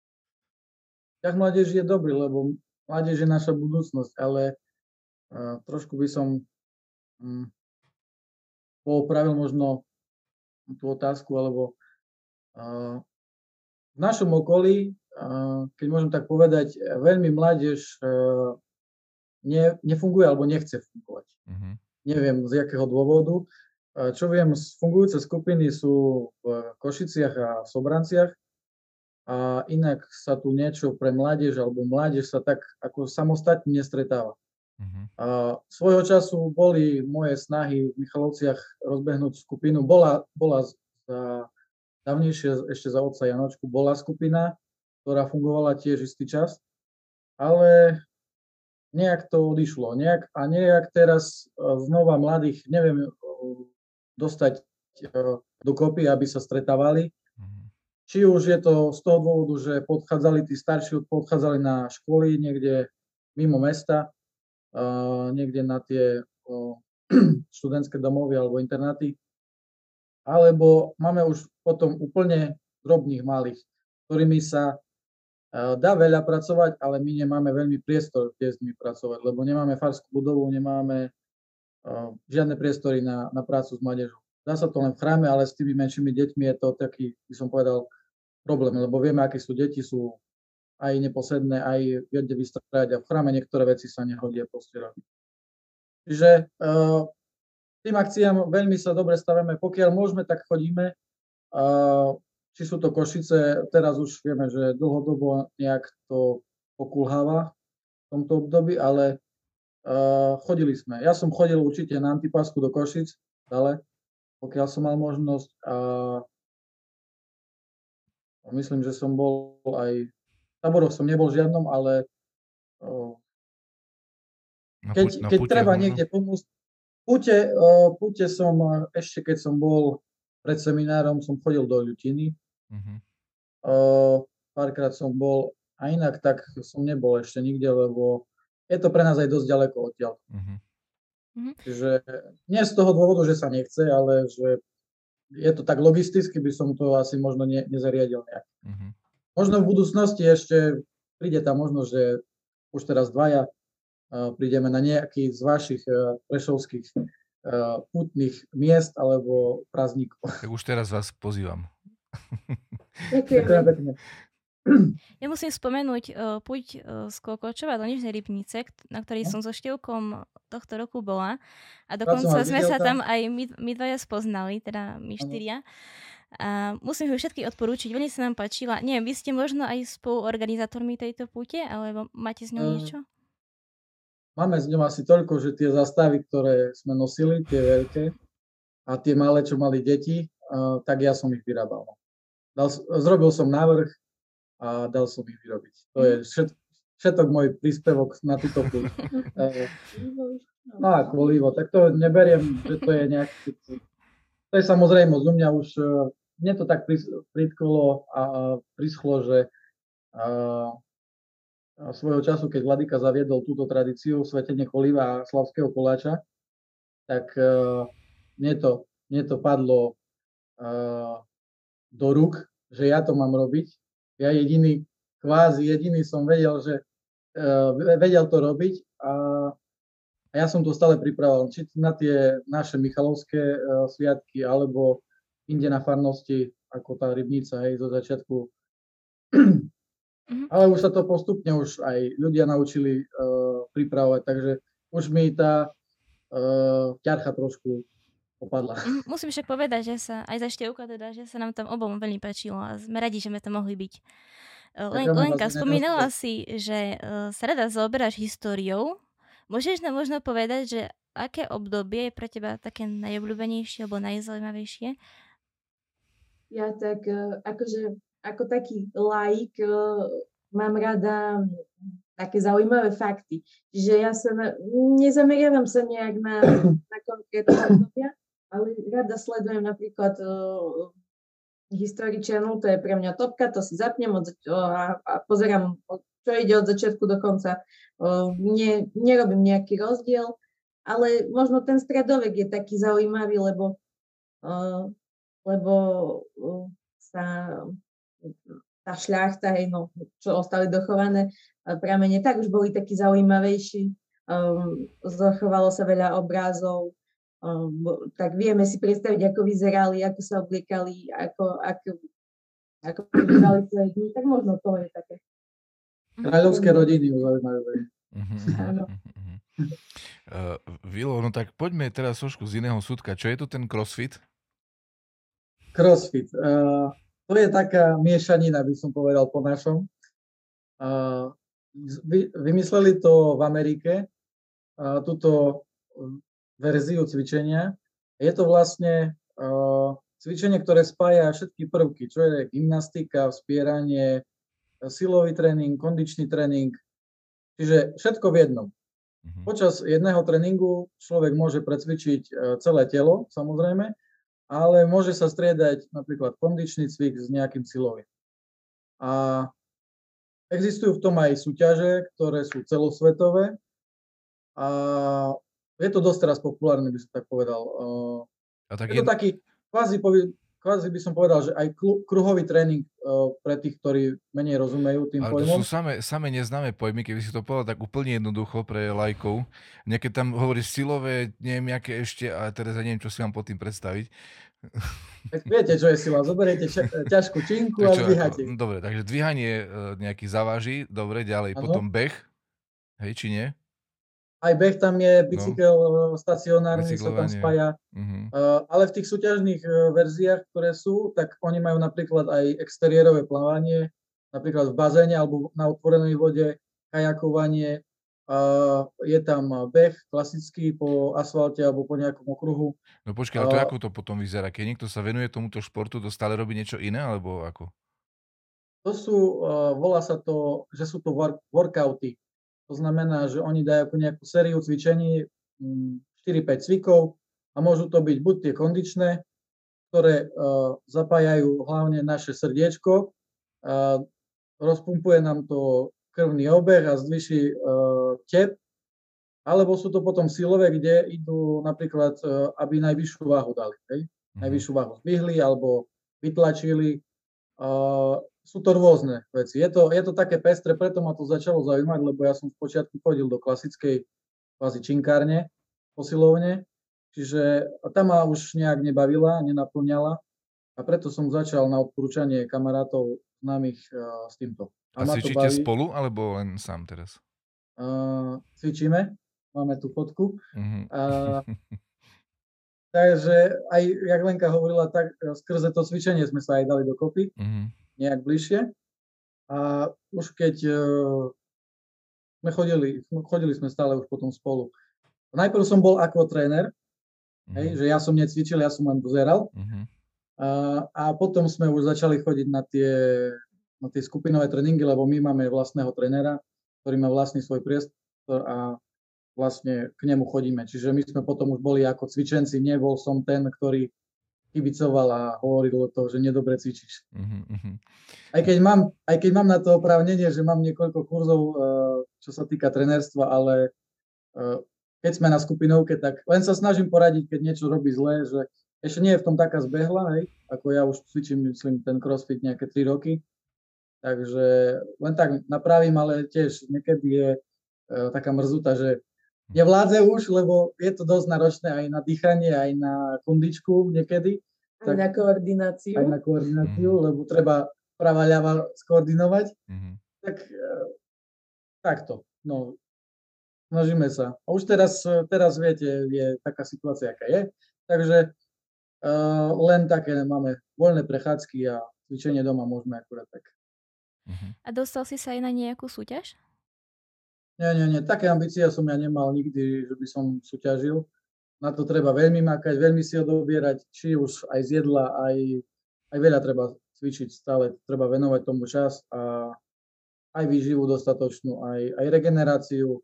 [SPEAKER 3] vzťah mládeži je dobrý, lebo mládež je naša budúcnosť, ale uh, trošku by som um, poopravil možno tú otázku, alebo uh, v našom okolí, uh, keď môžem tak povedať, veľmi mládež uh, ne, nefunguje alebo nechce fungovať. Uh-huh. Neviem z jakého dôvodu. Uh, čo viem, fungujúce skupiny sú v Košiciach a v Sobranciach. A inak sa tu niečo pre mládež alebo mládež sa tak ako samostatne nestretáva. Uh-huh. A svojho času boli moje snahy v Michalovciach rozbehnúť skupinu. Bola, bola za, dávnejšie ešte za otca Janočku, bola skupina, ktorá fungovala tiež istý čas, ale nejak to odišlo. Nejak, a nejak teraz znova mladých neviem dostať dokopy, aby sa stretávali. Či už je to z toho dôvodu, že podchádzali tí starší, podchádzali na školy niekde mimo mesta, uh, niekde na tie uh, študentské domovy alebo internáty, alebo máme už potom úplne drobných malých, ktorými sa uh, dá veľa pracovať, ale my nemáme veľmi priestor, kde s nimi pracovať, lebo nemáme farskú budovu, nemáme uh, žiadne priestory na, na prácu s mládežou. Dá sa to len v chráme, ale s tými menšími deťmi je to taký, by som povedal, problém, lebo vieme, aké sú deti, sú aj neposedné, aj viete vystrajať a v chráme niektoré veci sa nehodia proste robiť. Čiže uh, tým akciám veľmi sa dobre stavíme, pokiaľ môžeme, tak chodíme. Uh, či sú to Košice, teraz už vieme, že dlhodobo nejak to pokulháva v tomto období, ale uh, chodili sme. Ja som chodil určite na Antipásku do Košic, ale pokiaľ som mal možnosť a uh, myslím, že som bol aj v táboroch som nebol žiadnom, ale uh, keď, keď treba možno niekde pomôcť. Púte, uh, púte som ešte, keď som bol pred seminárom, som chodil do Ľutiny. Uh-huh. Uh, párkrát som bol, a inak tak som nebol ešte nikde, lebo je to pre nás aj dosť ďaleko odtiaľ. Uh-huh. Čiže nie z toho dôvodu, že sa nechce, ale že je to tak logisticky, by som to asi možno ne, nezariadil nejak. Uh-huh. Možno v budúcnosti ešte príde tá možnosť, že už teraz dvaja prídeme na nejaký z vašich prešovských putných miest alebo prázdnikov.
[SPEAKER 1] Tak už teraz vás pozývam.
[SPEAKER 3] Ďakujem pekne.
[SPEAKER 2] Ja musím spomenúť uh, púť uh, z Kokočova do Nižnej Rybnice, na ktorej som so Števkom tohto roku bola. A dokonca sme sa tam aj my, my dvaja spoznali, teda my štyria. A musím ho všetky odporúčiť. Veľmi sa nám páčila. Neviem, vy ste možno aj spoluorganizátormi tejto púte, alebo máte s ňou niečo?
[SPEAKER 3] Máme s ňou asi toľko, že tie zastavy, ktoré sme nosili, tie veľké, a tie malé, čo mali deti, uh, tak ja som ich vyrábal. Dal, zrobil som návrh a dal som ich vyrobiť. To je všet, všetok môj príspevok na túto púť. No a kvôlivo, tak to neberiem, že to je nejaký... To je samozrejmosť. U mňa už mne to tak pritkolo a prischlo, že a, a svojho času, keď Vladyka zaviedol túto tradíciu svetenie choliva a slavského koláča, tak a, mne, to, mne to padlo a, do rúk, že ja to mám robiť. Ja jediný, kvázi jediný som vedel, že uh, vedel to robiť a, a ja som to stále pripravoval. Či na tie naše michalovské uh, sviatky, alebo inde na farnosti, ako tá Rybnica, hej, zo začiatku. Ale už sa to postupne už aj ľudia naučili uh, pripravovať, takže už mi tá uh, ťarcha trošku opadla.
[SPEAKER 2] Musím však povedať, že sa aj za Števka teda, že sa nám tam obom veľmi páčilo a sme radi, že sme tam mohli byť. Len, Lenka, spomínala si, že uh, sa rada zaoberáš históriou. Môžeš nám možno povedať, že aké obdobie je pre teba také najobľúbenejšie alebo najzaujímavejšie?
[SPEAKER 4] Ja tak uh, akože ako taký laik uh, mám rada také zaujímavé fakty. Čiže ja sa na, nezameriavam sa nejak na, na konkrétne obdobia, ale rada sledujem napríklad uh, History Channel, to je pre mňa topka, to si zapnem od, uh, a pozerám, čo ide od začiatku do konca. Uh, ne, nerobím nejaký rozdiel, ale možno ten stredovek je taký zaujímavý, lebo, uh, lebo uh, sa tá šľachta, hej, no, čo ostali dochované pramene, tak už boli takí zaujímavejší. Um, zachovalo sa veľa obrázov, Um, tak vieme si predstaviť, ako vyzerali, ako sa obliekali, ako, ako, ako vyzerali svoje dni, tak možno to je také.
[SPEAKER 3] Kráľovské rodiny zaujímavé.
[SPEAKER 1] Uh, Vilo, no tak poďme teraz trošku z iného súdka. Čo je tu ten crossfit?
[SPEAKER 3] Crossfit. Uh, to je taká miešanina, by som povedal po našom. Uh, vy, vymysleli to v Amerike, uh, túto verziu cvičenia. Je to vlastne uh, cvičenie, ktoré spája všetky prvky, čo je gymnastika, vzpieranie, silový tréning, kondičný tréning, čiže všetko v jednom. Uh-huh. Počas jedného tréningu človek môže precvičiť uh, celé telo, samozrejme, ale môže sa striedať napríklad kondičný cvik s nejakým silovým. A existujú v tom aj súťaže, ktoré sú celosvetové a je to dosť teraz populárne, by som tak povedal. Uh, tak je to je... taký, kvázi, kvázi by som povedal, že aj kruhový tréning uh, pre tých, ktorí menej rozumejú tým
[SPEAKER 1] ale
[SPEAKER 3] pojmom.
[SPEAKER 1] Ale to sú samé, samé neznáme pojmy, keby si to povedal tak úplne jednoducho pre lajkov. Niekedy tam hovoríš silové, neviem, aké ešte, a teraz ja neviem, čo si mám pod tým predstaviť.
[SPEAKER 3] Tak viete, čo je sila. Zoberiete ča- ťažkú činku a dvíhate.
[SPEAKER 1] Ako, dobre, takže dvíhanie uh, nejaký zaváži, dobre, ďalej, ano. Potom beh, hej, či nie?
[SPEAKER 3] Aj beh tam je, bicykel no. stacionárny sa tam spája, uh-huh. uh, ale v tých súťažných uh, verziách, ktoré sú, tak oni majú napríklad aj exteriérové plávanie, napríklad v bazéne alebo na otvorenej vode, kajakovanie, uh, je tam beh klasický po asfalte alebo po nejakom okruhu.
[SPEAKER 1] No počkaj, ale to uh, ako to potom vyzerá? Keď niekto sa venuje tomuto športu, to stále robí niečo iné, alebo ako?
[SPEAKER 3] To sú, uh, volá sa to, že sú to work, workouty. To znamená, že oni dajú nejakú sériu cvičení, štyri päť cvikov a môžu to byť buď tie kondičné, ktoré uh, zapájajú hlavne naše srdiečko, uh, rozpumpuje nám to krvný obeh a zvýši uh, tep, alebo sú to potom silové, kde idú napríklad, uh, aby najvyššiu váhu dali. Hej? Mm-hmm. Najvyššiu váhu zdvihli alebo vytlačili. Uh, sú to rôzne veci. Je to, je to také pestre, preto ma to začalo zaujímať, lebo ja som v počiatku chodil do klasickej kvázi činkárne, posilovne, čiže tam ma už nejak nebavila, nenaplňala a preto som začal na odporúčanie kamarátov známych uh, s týmto.
[SPEAKER 1] A, a cvičíte spolu, alebo len sám teraz?
[SPEAKER 3] Uh, cvičíme, máme tu fotku.
[SPEAKER 1] Uh-huh.
[SPEAKER 3] Uh, takže aj, jak Lenka hovorila, tak skrze to cvičenie sme sa aj dali dokopy, uh-huh. nejak bližšie. A už keď uh, sme chodili, chodili sme stále už potom spolu. Najprv som bol ako tréner, uh-huh. hej, že ja som necvičil, ja som len dozeral. Uh-huh. Uh, a potom sme už začali chodiť na tie, na tie skupinové tréningy, lebo my máme vlastného trénera, ktorý má vlastný svoj priestor a vlastne k nemu chodíme. Čiže my sme potom už boli ako cvičenci, nebol som ten, ktorý kybicoval a hovoril o to, že nedobre cvičíš. Uh-huh. Aj keď mám, aj keď mám na to oprávnenie, že mám niekoľko kurzov, čo sa týka trenérstva, ale keď sme na skupinovke, tak len sa snažím poradiť, keď niečo robí zle, že ešte nie je v tom taká zbehla, hej, ako ja už cvičím, myslím, ten crossfit nejaké tri roky. Takže len tak napravím, ale tiež niekedy je e, taká mrzuta, že je vládze už, lebo je to dosť náročné aj na dýchanie, aj na kondičku niekedy.
[SPEAKER 4] Aj tak, na koordináciu.
[SPEAKER 3] Aj na koordináciu, mm. lebo treba pravá ľava skoordinovať. Mm. Tak e, takto, no, snažíme sa. A už teraz, teraz viete, je taká situácia, aká je. Takže e, len také máme voľné prechádzky a cvičenie doma môžeme akurát tak.
[SPEAKER 2] Uh-huh. A dostal si sa aj na nejakú súťaž?
[SPEAKER 3] Nie, nie, nie. Také ambície som ja nemal nikdy, že by som súťažil. Na to treba veľmi makať, veľmi si odobierať, či už aj z jedla, aj, aj veľa treba cvičiť stále. Treba venovať tomu čas a aj výživu dostatočnú, aj, aj regeneráciu.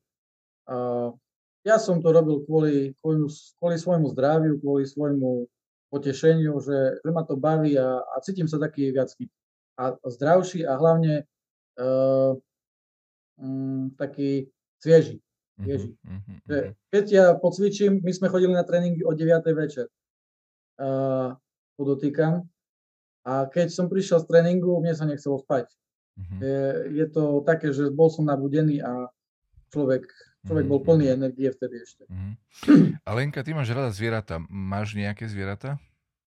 [SPEAKER 3] A ja som to robil kvôli, kvôli, kvôli svojmu zdraviu, kvôli svojmu potešeniu, že, že ma to baví a, a cítim sa taký viac a zdravší a hlavne uh, um, taký svieži. svieži. Mm-hmm, mm-hmm. Keď ja pocvičím, my sme chodili na tréningy o deviatej večer, uh, podotýkam, a keď som prišiel z tréningu, mne sa nechcelo spať. Mm-hmm. Je, je to také, že bol som nabudený a človek, človek mm-hmm. bol plný energie vtedy ešte.
[SPEAKER 1] Mm-hmm. Alenka, ty máš rada zvieratá. Máš nejaké zvieratá?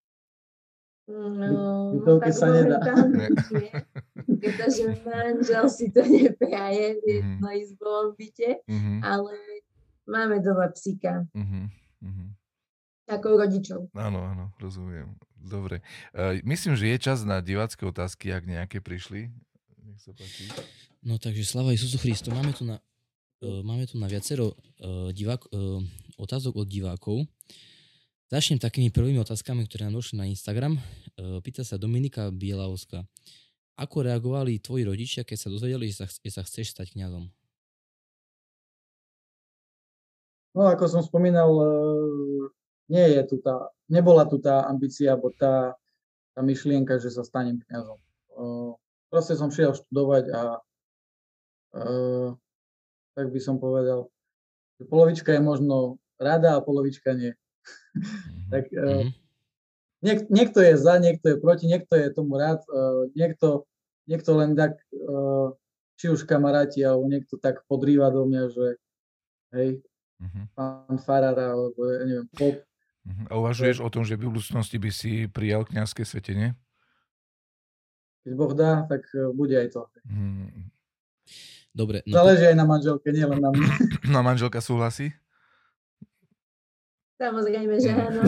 [SPEAKER 4] No, no tak
[SPEAKER 3] sa nedá.
[SPEAKER 4] Pretože manžel si to nepraje v jednoizbovom byte, mm-hmm. ale máme doma psíka. Mm-hmm. Ako rodičov.
[SPEAKER 1] Áno, áno, rozumiem. Dobre. Uh, myslím, že je čas na divácké otázky, ak nejaké prišli. Nech sa páči.
[SPEAKER 5] No takže sláva Isusu Christu. Máme tu na, uh, máme tu na viacero uh, divák, uh, otázok od divákov. Začnem takými prvými otázkami, ktoré nám došli na Instagram. Pýta sa Dominika Bielavská. Ako reagovali tvoji rodičia, keď sa dozvedeli, že sa, že sa chceš stať kňazom?
[SPEAKER 3] No, ako som spomínal, nie je tu tá, nebola tu tá ambícia, alebo tá, tá myšlienka, že sa stanem kňazom. Proste som šiel študovať a tak by som povedal, že polovička je možno rada a polovička nie. Mm-hmm. tak uh, niek- niekto je za, niekto je proti, niekto je tomu rád, uh, niekto, niekto len tak, uh, či už kamaráti, alebo niekto tak podrýva do mňa, že hej, mm-hmm. pán farára, alebo ja neviem, pop.
[SPEAKER 1] Mm-hmm. A uvažuješ o tom, že v budúcnosti by si prijal kňazské svätenie?
[SPEAKER 3] Keď Boh dá, tak uh, bude aj to.
[SPEAKER 1] Mm-hmm.
[SPEAKER 5] Dobre.
[SPEAKER 3] No záleží to... aj na manželke, nie len na mne.
[SPEAKER 1] No manželka súhlasí?
[SPEAKER 4] Samozrejme, že áno.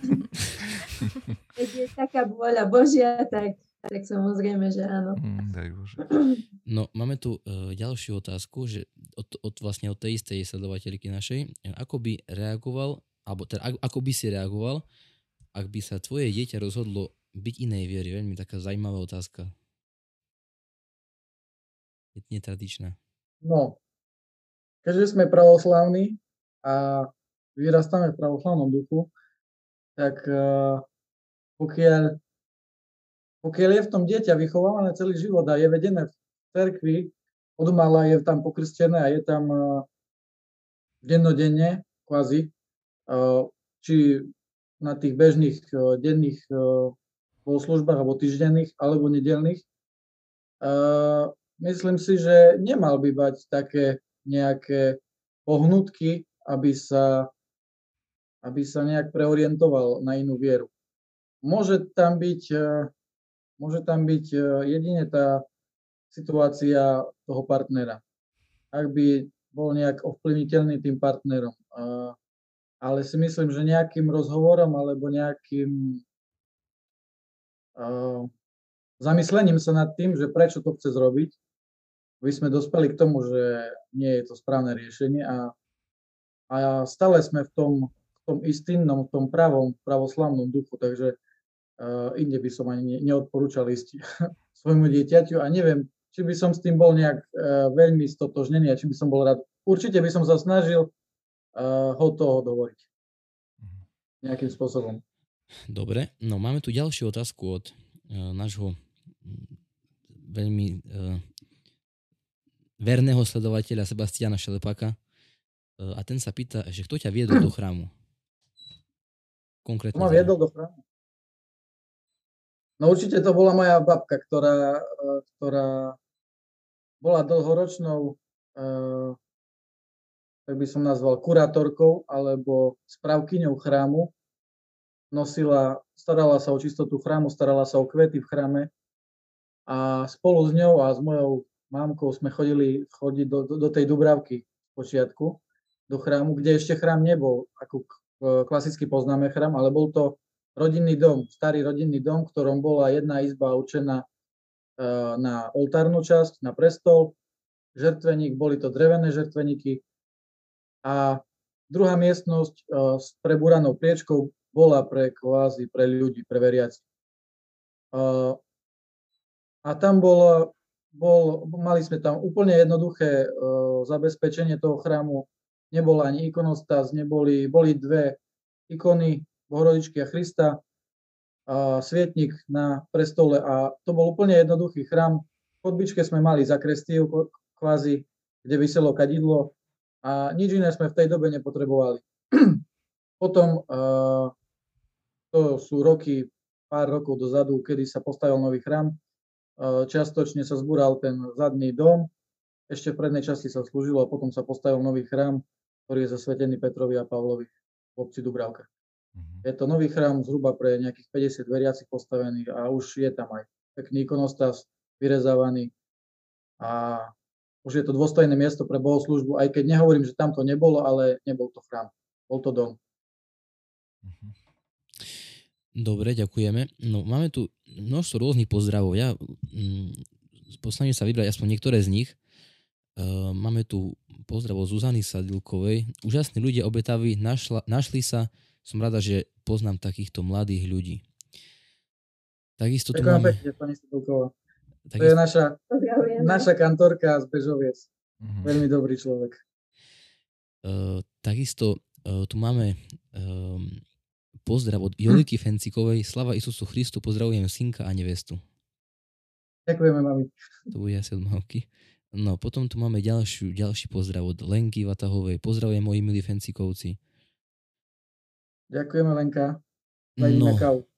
[SPEAKER 4] Keď je taká vôľa Božia, tak, tak samozrejme, že áno.
[SPEAKER 1] Mm, daj Bože.
[SPEAKER 5] No, máme tu uh, ďalšiu otázku, že od, od, vlastne od tej istej sledovateľky našej. Ako by reagoval, alebo teda ako by si reagoval, ak by sa tvoje dieťa rozhodlo byť inej viery? Veľmi taká zaujímavá otázka. Je netradičná.
[SPEAKER 3] No, keďže sme pravoslavní a vyrastáme v pravoslavnom duchu, tak uh, pokiaľ, pokiaľ je v tom dieťa vychovávané celý život a je vedené v cerkvi, od mala je tam pokrstené a je tam uh, dennodenne, kvázi, uh, či na tých bežných uh, denných uh, bohoslužbách alebo týždenných alebo nedeľných, Uh, myslím si, že nemal by mať také nejaké pohnutky, aby sa, aby sa nejak preorientoval na inú vieru. Môže tam byť, uh, môže tam byť uh, jedine tá situácia toho partnera. Ak by bol nejak ovplyvniteľný tým partnerom. Uh, ale si myslím, že nejakým rozhovorom alebo nejakým uh, zamyslením sa nad tým, že prečo to chce zrobiť, by sme dospeli k tomu, že nie je to správne riešenie a, a stále sme v tom, v tom istinnom, v tom pravom, pravoslavnom duchu, takže uh, inde by som ani neodporúčal ísť svojmu dieťaťu a neviem, či by som s tým bol nejak uh, veľmi stotožnený a či by som bol rád. Určite by som sa snažil uh, ho toho dovoliť nejakým spôsobom.
[SPEAKER 5] Dobre, no máme tu ďalšiu otázku od uh, nášho veľmi uh, verného sledovateľa Sebastiana Šelepáka uh, a ten sa pýta, že kto ťa viedol do chrámu? Konkrétne.
[SPEAKER 3] Kto ma viedol do chrámu? No určite to bola moja babka, ktorá, uh, ktorá bola dlhoročnou, uh, tak by som nazval, kurátorkou alebo správkyňou chrámu. Nosila, starala sa o čistotu chrámu, starala sa o kvety v chráme. A spolu s ňou a s mojou mámkou sme chodili chodiť do, do, do tej Dubravky v počiatku, do chrámu, kde ešte chrám nebol, ako klasicky poznáme chrám, ale bol to rodinný dom, starý rodinný dom, v ktorom bola jedna izba určená uh, na oltárnu časť, na prestol, žertveník, boli to drevené žertveníky a druhá miestnosť uh, s prebúranou priečkou bola pre kvázi, pre ľudí, pre veriacich. Uh, A tam bol, bol, mali sme tam úplne jednoduché uh, zabezpečenie toho chrámu. Nebol ani ikonostas, neboli, boli dve ikony Bohorodičky a Krista, a svietnik na prestole a to bol úplne jednoduchý chrám. V chodbičke sme mali zakrestív kvázi, kde viselo kadidlo a nič iné sme v tej dobe nepotrebovali. Potom, uh, to sú roky, pár rokov dozadu, kedy sa postavil nový chrám, čiastočne sa zbúral ten zadný dom, ešte v prednej časti sa slúžilo a potom sa postavil nový chrám, ktorý je zasvetený Petrovi a Pavlovi v obci Dubravka. Mm-hmm. Je to nový chrám zhruba pre nejakých päťdesiat veriacich postavených a už je tam aj pekný ikonostas, vyrezávaný a už je to dôstojné miesto pre bohoslúžbu, aj keď nehovorím, že tam to nebolo, ale nebol to chrám, bol to dom.
[SPEAKER 5] Mm-hmm. Dobre, ďakujeme. No, máme tu množstvo rôznych pozdravov. Ja mm, posledne sa vybrať aspoň niektoré z nich. Uh, máme tu pozdrav od Zuzany Sadilkovej. Úžasní ľudia obetaví, našla, našli sa. Som rada, že poznám takýchto mladých ľudí. Takisto tu
[SPEAKER 3] Ďakujem
[SPEAKER 5] máme...
[SPEAKER 3] pekne, pani Sadilková.
[SPEAKER 5] Takisto...
[SPEAKER 3] To je naša, naša kantorka z Bežoviec. Mm-hmm. Veľmi dobrý človek.
[SPEAKER 5] Uh, takisto uh, tu máme... Um, pozdrav od Joliky Fencikovej. Slava Isusu Christu, pozdravujem synka a nevestu.
[SPEAKER 3] Ďakujeme, mami.
[SPEAKER 5] To bude asi od mamky. No, potom tu máme ďalšiu, ďalší pozdrav od Lenky Vatahovej. Pozdravujem moji milí Fencikovci.
[SPEAKER 3] Ďakujeme, Lenka.
[SPEAKER 5] No,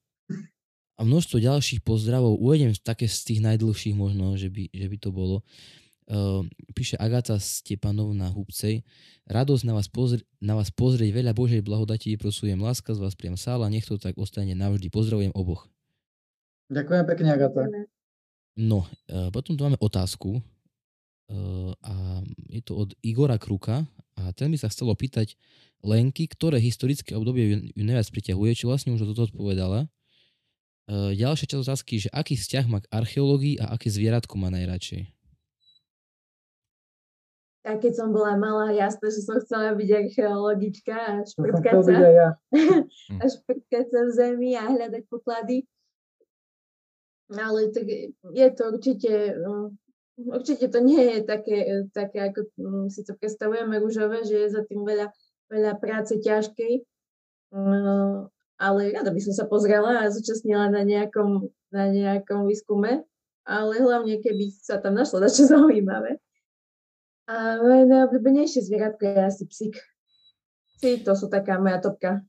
[SPEAKER 5] a množstvo ďalších pozdravov. Uvedem také z tých najdlhších možno, že by, že by to bolo. Uh, píše Agata Stepanovna Hubcej. Radosť na vás, pozri- na vás pozrieť, veľa Božej blahodati vyprosujem, láska z vás priam sála, nech to tak ostane navždy. Pozdravujem oboch.
[SPEAKER 3] Ďakujem pekne, Agata.
[SPEAKER 5] No, uh, potom tu máme otázku uh, a je to od Igora Kruka a ten by sa chcelo pýtať Lenky, ktoré historické obdobie ju, ju najviac priťahuje, či vlastne už toto odpovedala. Uh, ďalšia časť otázky, že aký vzťah má k archeológii a aké zvieratko má najradšej.
[SPEAKER 4] A keď som bola malá, jasné, že som chcela byť archeologička a šprtkať sa,
[SPEAKER 3] ja.
[SPEAKER 4] a šprtkať sa v zemi a hľadať poklady. Ale tak je to určite, určite to nie je také, také ako si to predstavujeme rúžové, že je za tým veľa, veľa práce ťažkej. Ale rada by som sa pozrela a zúčastnila na nejakom, na nejakom výskume, ale hlavne keby sa tam našlo dačo zaujímavé. A moje najobľúbenejšie zvieratko je asi psík. Psi, to sú taká moja topka.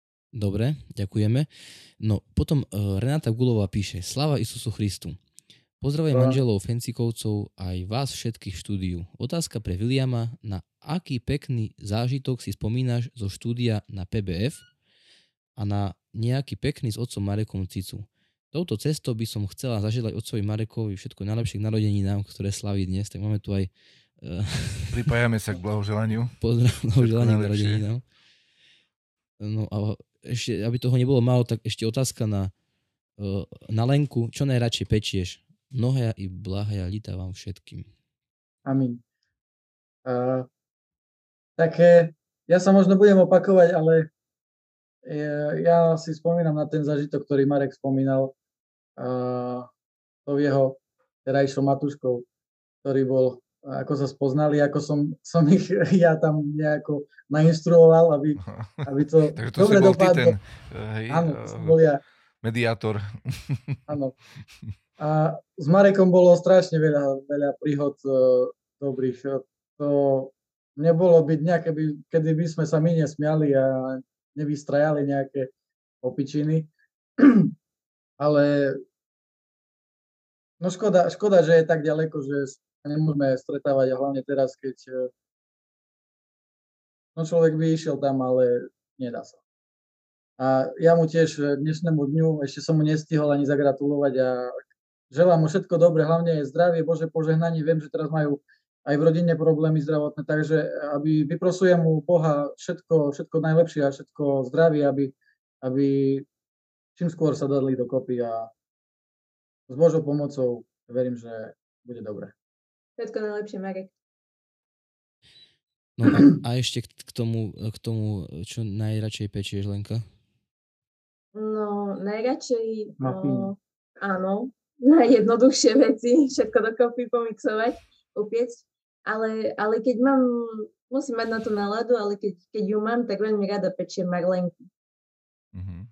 [SPEAKER 5] Dobre, ďakujeme. No, potom uh, Renáta Gulová píše: Sláva Isusu Christu. Pozdravujem
[SPEAKER 3] To-
[SPEAKER 5] manželov Fencikovcov aj vás všetkých v štúdiu. Otázka pre Williama, na aký pekný zážitok si spomínaš zo štúdia na pé bé ef a na nejaký pekný s otcom Marekom Cicu. Touto cestou by som chcela zaželať otcovi Marekovi všetko najlepšie k narodeninám, ktoré slaví dnes, tak máme tu aj uh,
[SPEAKER 1] Pripájame sa k blahoželaniu.
[SPEAKER 5] pozdrav
[SPEAKER 1] Všetko
[SPEAKER 5] želanie k
[SPEAKER 1] najlepšie.
[SPEAKER 5] narodeninám. No a ešte, aby toho nebolo málo, tak ešte otázka na, uh, na Lenku. Čo najradšej pečieš? Mnohé i blahaja lita vám všetkým.
[SPEAKER 3] Amin. A, také, ja sa možno budem opakovať, ale e, ja si spomínam na ten zažitok, ktorý Marek spomínal, a, to jeho terajšou Matúškou, ktorý bol, ako sa spoznali, ako som, som ich ja tam nejako nainstruoval, aby, aby to
[SPEAKER 1] Takže to
[SPEAKER 3] dobre
[SPEAKER 1] si bol ty
[SPEAKER 3] dopadlo.
[SPEAKER 1] ten eh, hej,
[SPEAKER 3] Áno,
[SPEAKER 1] eh,
[SPEAKER 3] som bol ja.
[SPEAKER 1] mediátor.
[SPEAKER 3] Áno. A s Marekom bolo strašne veľa, veľa príhod uh, dobrých. To nebolo byť nejaké, by, kedy by sme sa my nesmiali a nevystrajali nejaké opičiny. Ale no škoda, škoda, že je tak ďaleko, že sa nemôžeme stretávať a hlavne teraz, keď uh, no človek by išiel tam, ale nedá sa. A ja mu tiež dnešnému dňu, ešte som mu nestihol ani zagratulovať a želám mu všetko dobré, hlavne aj zdravie, Bože požehnanie. Viem, že teraz majú aj v rodine problémy zdravotné, takže aby vyprosujem mu Boha všetko, všetko najlepšie a všetko zdravie, aby, aby čím skôr sa dali dokopy a s Božou pomocou verím, že bude dobre.
[SPEAKER 4] Všetko najlepšie, Marek.
[SPEAKER 5] No a, a ešte k k tomu, k tomu, čo najradšej pečieš, Lenka?
[SPEAKER 4] No, najradšej,
[SPEAKER 3] Muffiny.
[SPEAKER 4] no, áno, najjednoduchšie veci, všetko dokopy pomixovať, upiecť, ale, ale keď mám, musím mať na to náladu, ale keď, keď ju mám, tak veľmi rada pečiem marlenku.
[SPEAKER 1] Mhm.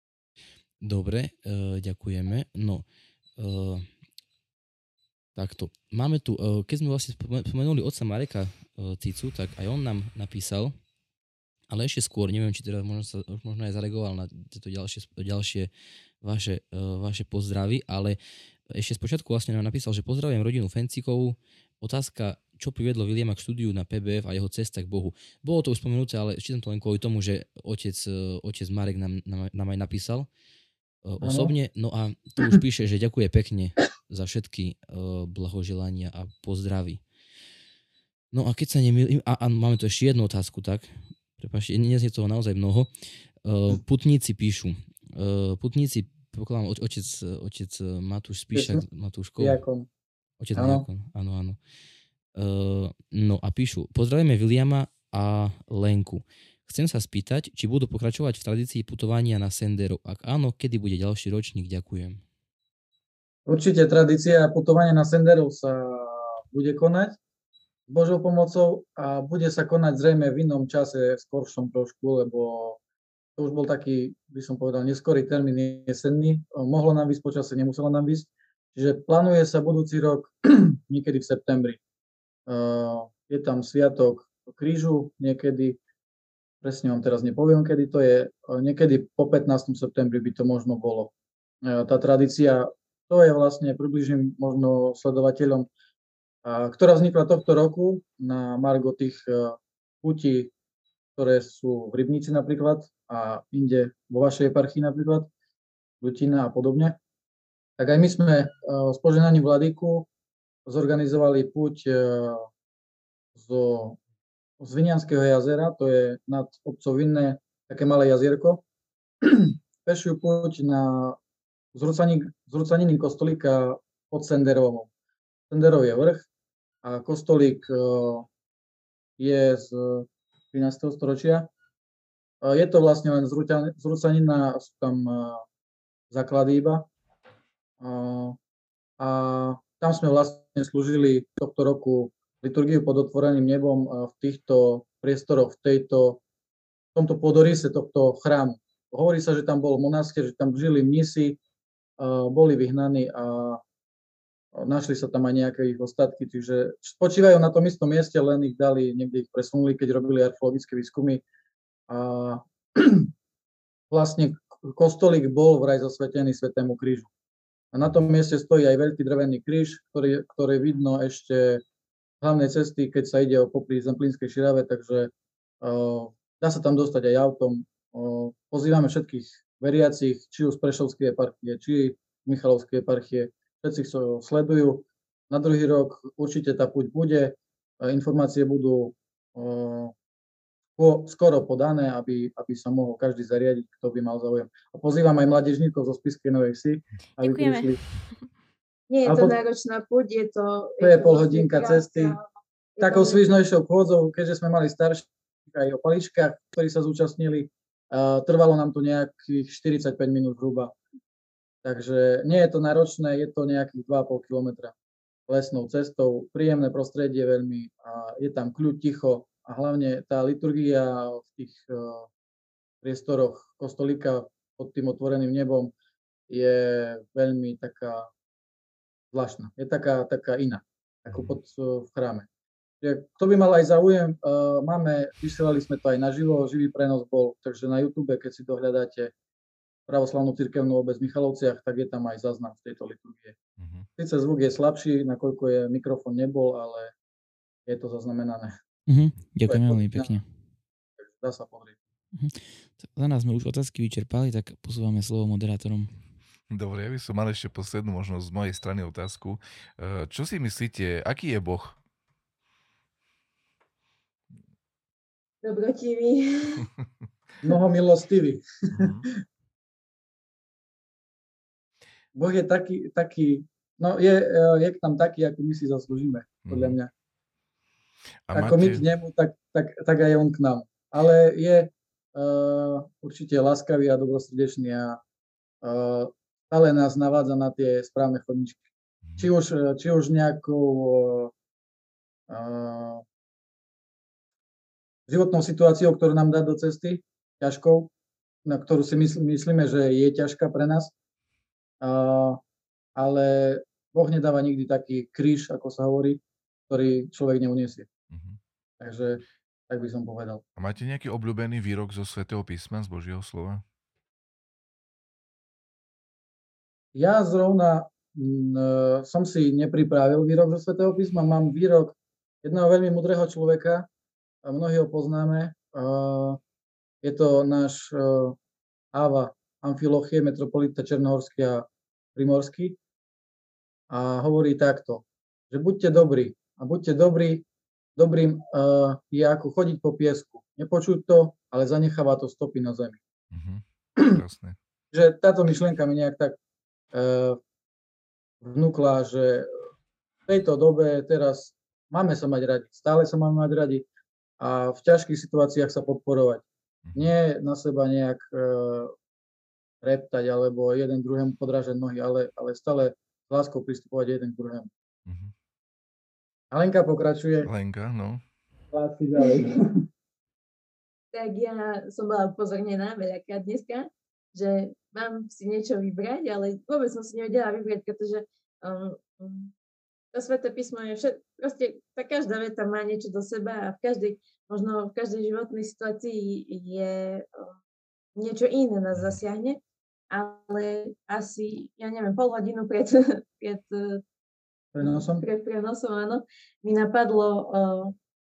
[SPEAKER 5] Dobre, uh, ďakujeme. No, uh, takto. Máme tu, uh, keď sme vlastne spome- spomenuli otca Mareka uh, Cicu, tak aj on nám napísal, ale ešte skôr, neviem, či teda možno, sa, možno aj zareagoval na tieto ďalšie, ďalšie vaše, uh, vaše pozdravy, ale ešte spočiatku vlastne nám napísal, že pozdravujem rodinu Fencikovú. Otázka, čo priviedlo Williama k štúdiu na pé bé ef a jeho cesta k Bohu. Bolo to už spomenuté, ale čítam to len kvôli tomu, že otec, uh, otec Marek nám, nám, nám aj napísal uh, osobne. No a tu už píše, že ďakuje pekne za všetky uh, blahoželania a pozdravy. No a keď sa nemýlim, a, a máme tu ešte jednu otázku, tak? Prepáčte, dnes je toho naozaj mnoho. Uh, putníci píšu. Uh, putníci, pokladám, otec, otec Matúš Spíšak, Matúškov.
[SPEAKER 3] Diakon.
[SPEAKER 5] Otec
[SPEAKER 3] Áno.
[SPEAKER 5] Diakon, áno, áno. Uh, no a píšu, pozdravujeme Williama a Lenku. Chcem sa spýtať, či budú pokračovať v tradícii putovania na Sendero. Ak áno, kedy bude ďalší ročník? Ďakujem.
[SPEAKER 3] Určite tradícia putovania na Senderov sa bude konať s Božou pomocou a bude sa konať zrejme v inom čase, skoršom trošku, lebo to už bol taký, by som povedal, neskorý termín jesenný. Mohlo nám ísť počasie, nemuselo nám ísť. Čiže plánuje sa budúci rok niekedy v septembri. Je tam sviatok krížu niekedy, presne vám teraz nepoviem, kedy to je, niekedy po pätnásteho septembri by to možno bolo. Tá tradícia, to je vlastne, približím možno sledovateľom, ktorá vznikla tohto roku na margo tých putí, ktoré sú v Rybnici napríklad a inde vo vašej eparchii napríklad, Lutina a podobne. Tak aj my sme s požehnaním Vladyku zorganizovali púť zo, z Vinianského jazera, to je nad obcov Vinné, také malé jazierko, pešiu púť na zrúcaniny kostolíka pod Senderovom. Senderov je vrch a kostolík je z trinásteho storočia. Je to vlastne len zrúcanina, sú tam základy iba. A tam sme vlastne slúžili tohto roku liturgiu pod otvoreným nebom v týchto priestoroch, v, tejto, v tomto podorise tohto chrámu. Hovorí sa, že tam bol monastier, že tam žili mnísi, boli vyhnaní a našli sa tam aj nejaké ich ostatky, čiže spočívajú na tom istom mieste, len ich dali, niekde ich presunuli, keď robili archeologické výskumy. A vlastne kostolík bol vraj zasvetený Svätému krížu. A na tom mieste stojí aj veľký drevený kríž, ktorý, ktorý vidno ešte hlavnej cesty, keď sa ide o popri Zemplínskej Širave, takže uh, dá sa tam dostať aj autom. Uh, pozývame všetkých veriacich, či už z Prešovskej eparchie, či z Michalovskej eparchie. Všetci sa sledujú. Na druhý rok určite tá púť bude. Uh, informácie budú uh, po, skoro podané, aby, aby sa mohol každý zariadiť, kto by mal záujem. A pozývam aj mládežníkov zo Spišskej Novej Vsi, aby
[SPEAKER 2] Ďakujeme.
[SPEAKER 3] prišli.
[SPEAKER 4] Nie je
[SPEAKER 3] A
[SPEAKER 4] to
[SPEAKER 3] po-
[SPEAKER 4] náročná púť, je to...
[SPEAKER 3] To je pol hodinka cesty.
[SPEAKER 4] Je
[SPEAKER 3] Takou
[SPEAKER 4] to-
[SPEAKER 3] svižnejšou chôdzou, keďže sme mali starších aj o paličkách, ktorí sa zúčastnili, uh, trvalo nám to nejakých štyridsaťpäť minút zhruba. Takže nie je to náročné, je to nejakých dva a pol kilometra lesnou cestou. Príjemné prostredie veľmi, a je tam kľud, ticho a hlavne tá liturgia v tých uh, priestoroch kostolíka pod tým otvoreným nebom je veľmi taká zvláštna. Je taká, taká iná, ako pod, uh, v chráme. Čiže kto by mal aj záujem, uh, máme, vysielali sme to aj naživo, živý prenos bol, takže na YouTube, keď si dohľadáte Pravoslavnú cirkevnú obec v Michalovciach, tak je tam aj záznam z tejto liturgie.
[SPEAKER 1] Mhm.
[SPEAKER 3] Sice zvuk je slabší, nakoľko je mikrofón nebol, ale je to zaznamenané.
[SPEAKER 5] Mhm, ďakujem
[SPEAKER 3] To je
[SPEAKER 5] veľmi
[SPEAKER 3] podľa-
[SPEAKER 5] pekne.
[SPEAKER 3] Takže dá sa pozrieť.
[SPEAKER 5] Za nás sme už otázky vyčerpali, tak posúvame slovo moderátorom.
[SPEAKER 1] Dobre, ja by som mal ešte poslednú možnosť z mojej strany otázku. E, Čo si myslíte, aký je Boh?
[SPEAKER 4] Dobrotivý.
[SPEAKER 3] Mnoho milostivý.
[SPEAKER 1] Mhm.
[SPEAKER 3] Boh je taký, taký no je, uh, je tam taký, ako my si zaslúžime, podľa
[SPEAKER 1] Mhm.
[SPEAKER 3] mňa.
[SPEAKER 1] A
[SPEAKER 3] Ako my k nemu, tak, tak, tak aj on k nám. Ale je uh, určite láskavý a dobrosrdečný a uh, stále nás navádza na tie správne chodničky.
[SPEAKER 1] Mhm.
[SPEAKER 3] Či už, či už nejakou uh, životnou situáciou, ktorú nám dá do cesty, ťažkou, na ktorú si mysl, myslíme, že je ťažká pre nás. Uh, ale Boh nedáva nikdy taký kríž, ako sa hovorí, ktorý človek neuniesie.
[SPEAKER 1] Mhm.
[SPEAKER 3] Takže tak by som povedal.
[SPEAKER 1] A máte nejaký obľúbený výrok zo Svätého písma, z Božieho slova?
[SPEAKER 3] Ja zrovna mm, som si nepripravil výrok zo Svätého písma, mám výrok jedného veľmi mudrého človeka, a mnohí ho poznáme. Uh, je to náš uh, Áva Amfilochie, metropolita Černohorský a Primorský. A hovorí takto, že buďte dobrí. A buďte dobrí, dobrým uh, je ako chodiť po piesku. Nepočuť to, ale zanecháva to stopy na zemi.
[SPEAKER 1] Mhm. Jasné.
[SPEAKER 3] Že táto myšlienka mi nejak tak uh, vnúkla, že v tejto dobe teraz máme sa mať radi, stále sa máme mať radi a v ťažkých situáciách sa podporovať.
[SPEAKER 1] Mhm.
[SPEAKER 3] Nie na seba nejak uh, reptať alebo jeden druhému podrážať nohy, ale, ale stále s láskou pristupovať jeden k druhému.
[SPEAKER 1] Mhm.
[SPEAKER 3] Alenka pokračuje.
[SPEAKER 1] Lenka, no.
[SPEAKER 3] Lásky ďalej.
[SPEAKER 4] Tak ja som bola upozornená veľakrát dneska, že mám si niečo vybrať, ale vôbec som si nevedela vybrať, pretože um, um, to Sväté písmo je všet, proste tá každá veta má niečo do seba a v každej, možno v každej životnej situácii je um, niečo iné nás zasiahne, ale asi, ja neviem, pol hodinu pred, pred,
[SPEAKER 3] Prenosom.
[SPEAKER 4] pred prenosom, áno, mi napadlo, uh,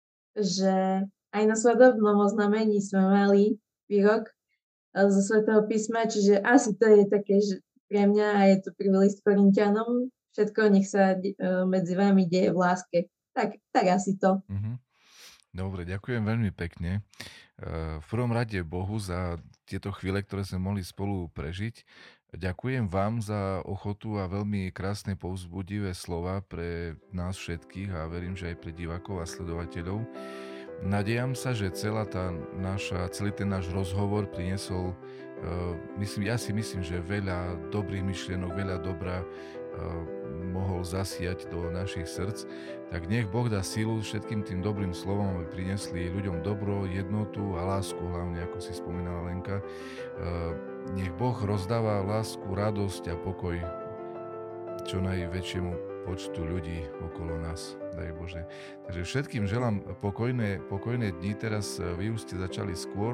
[SPEAKER 4] že aj na svadobnom oznámení sme mali výrok uh, zo Svätého písma, čiže asi to je také, že pre mňa a je to prvý list Korinťanom, všetko nech sa uh, medzi vami deje v láske. Tak, tak asi to.
[SPEAKER 1] Mhm. Dobre, ďakujem veľmi pekne. V prvom rade Bohu za tieto chvíle, ktoré sme mohli spolu prežiť. Ďakujem vám za ochotu a veľmi krásne povzbudivé slova pre nás všetkých a verím, že aj pre divákov a sledovateľov. Nadejam sa, že celá tá naša, celý ten náš rozhovor priniesol, uh, myslím, ja si myslím, že veľa dobrých myšlienok, veľa dobra uh, mohol zasiať do našich srdc. Tak nech Boh dá silu všetkým tým dobrým slovom, aby priniesli ľuďom dobro, jednotu a lásku, hlavne ako si spomínala Lenka. Uh, nech Boh rozdáva lásku, radosť a pokoj čo najväčšiemu počtu ľudí okolo nás, daj Bože. Takže všetkým želám pokojné, pokojné dni. Teraz vy už ste začali skôr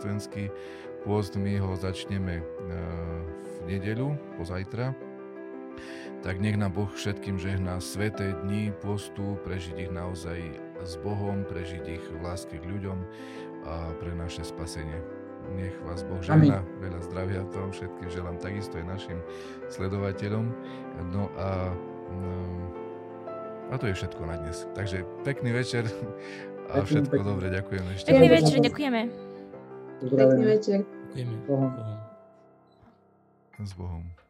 [SPEAKER 1] roždestvenský pôst, my ho začneme v nedeľu, pozajtra. Tak nech nám Boh všetkým žehná sväté dni postu, prežiť ich naozaj s Bohom, prežiť ich v láske k ľuďom a pre naše spasenie. Nech vás Boh žehná, veľa zdravia vám všetkým želám, takisto aj našim sledovateľom. No a, no, a to je všetko na dnes. Takže pekný večer a
[SPEAKER 3] Pekný,
[SPEAKER 1] všetko
[SPEAKER 3] pekný.
[SPEAKER 1] dobre, ďakujeme ešte.
[SPEAKER 2] Pekný
[SPEAKER 3] Ďakujem.
[SPEAKER 2] večer, ďakujeme.
[SPEAKER 4] Pekný večer.
[SPEAKER 5] Ďakujeme.
[SPEAKER 3] Bohom.
[SPEAKER 5] Bohom.
[SPEAKER 1] S Bohom.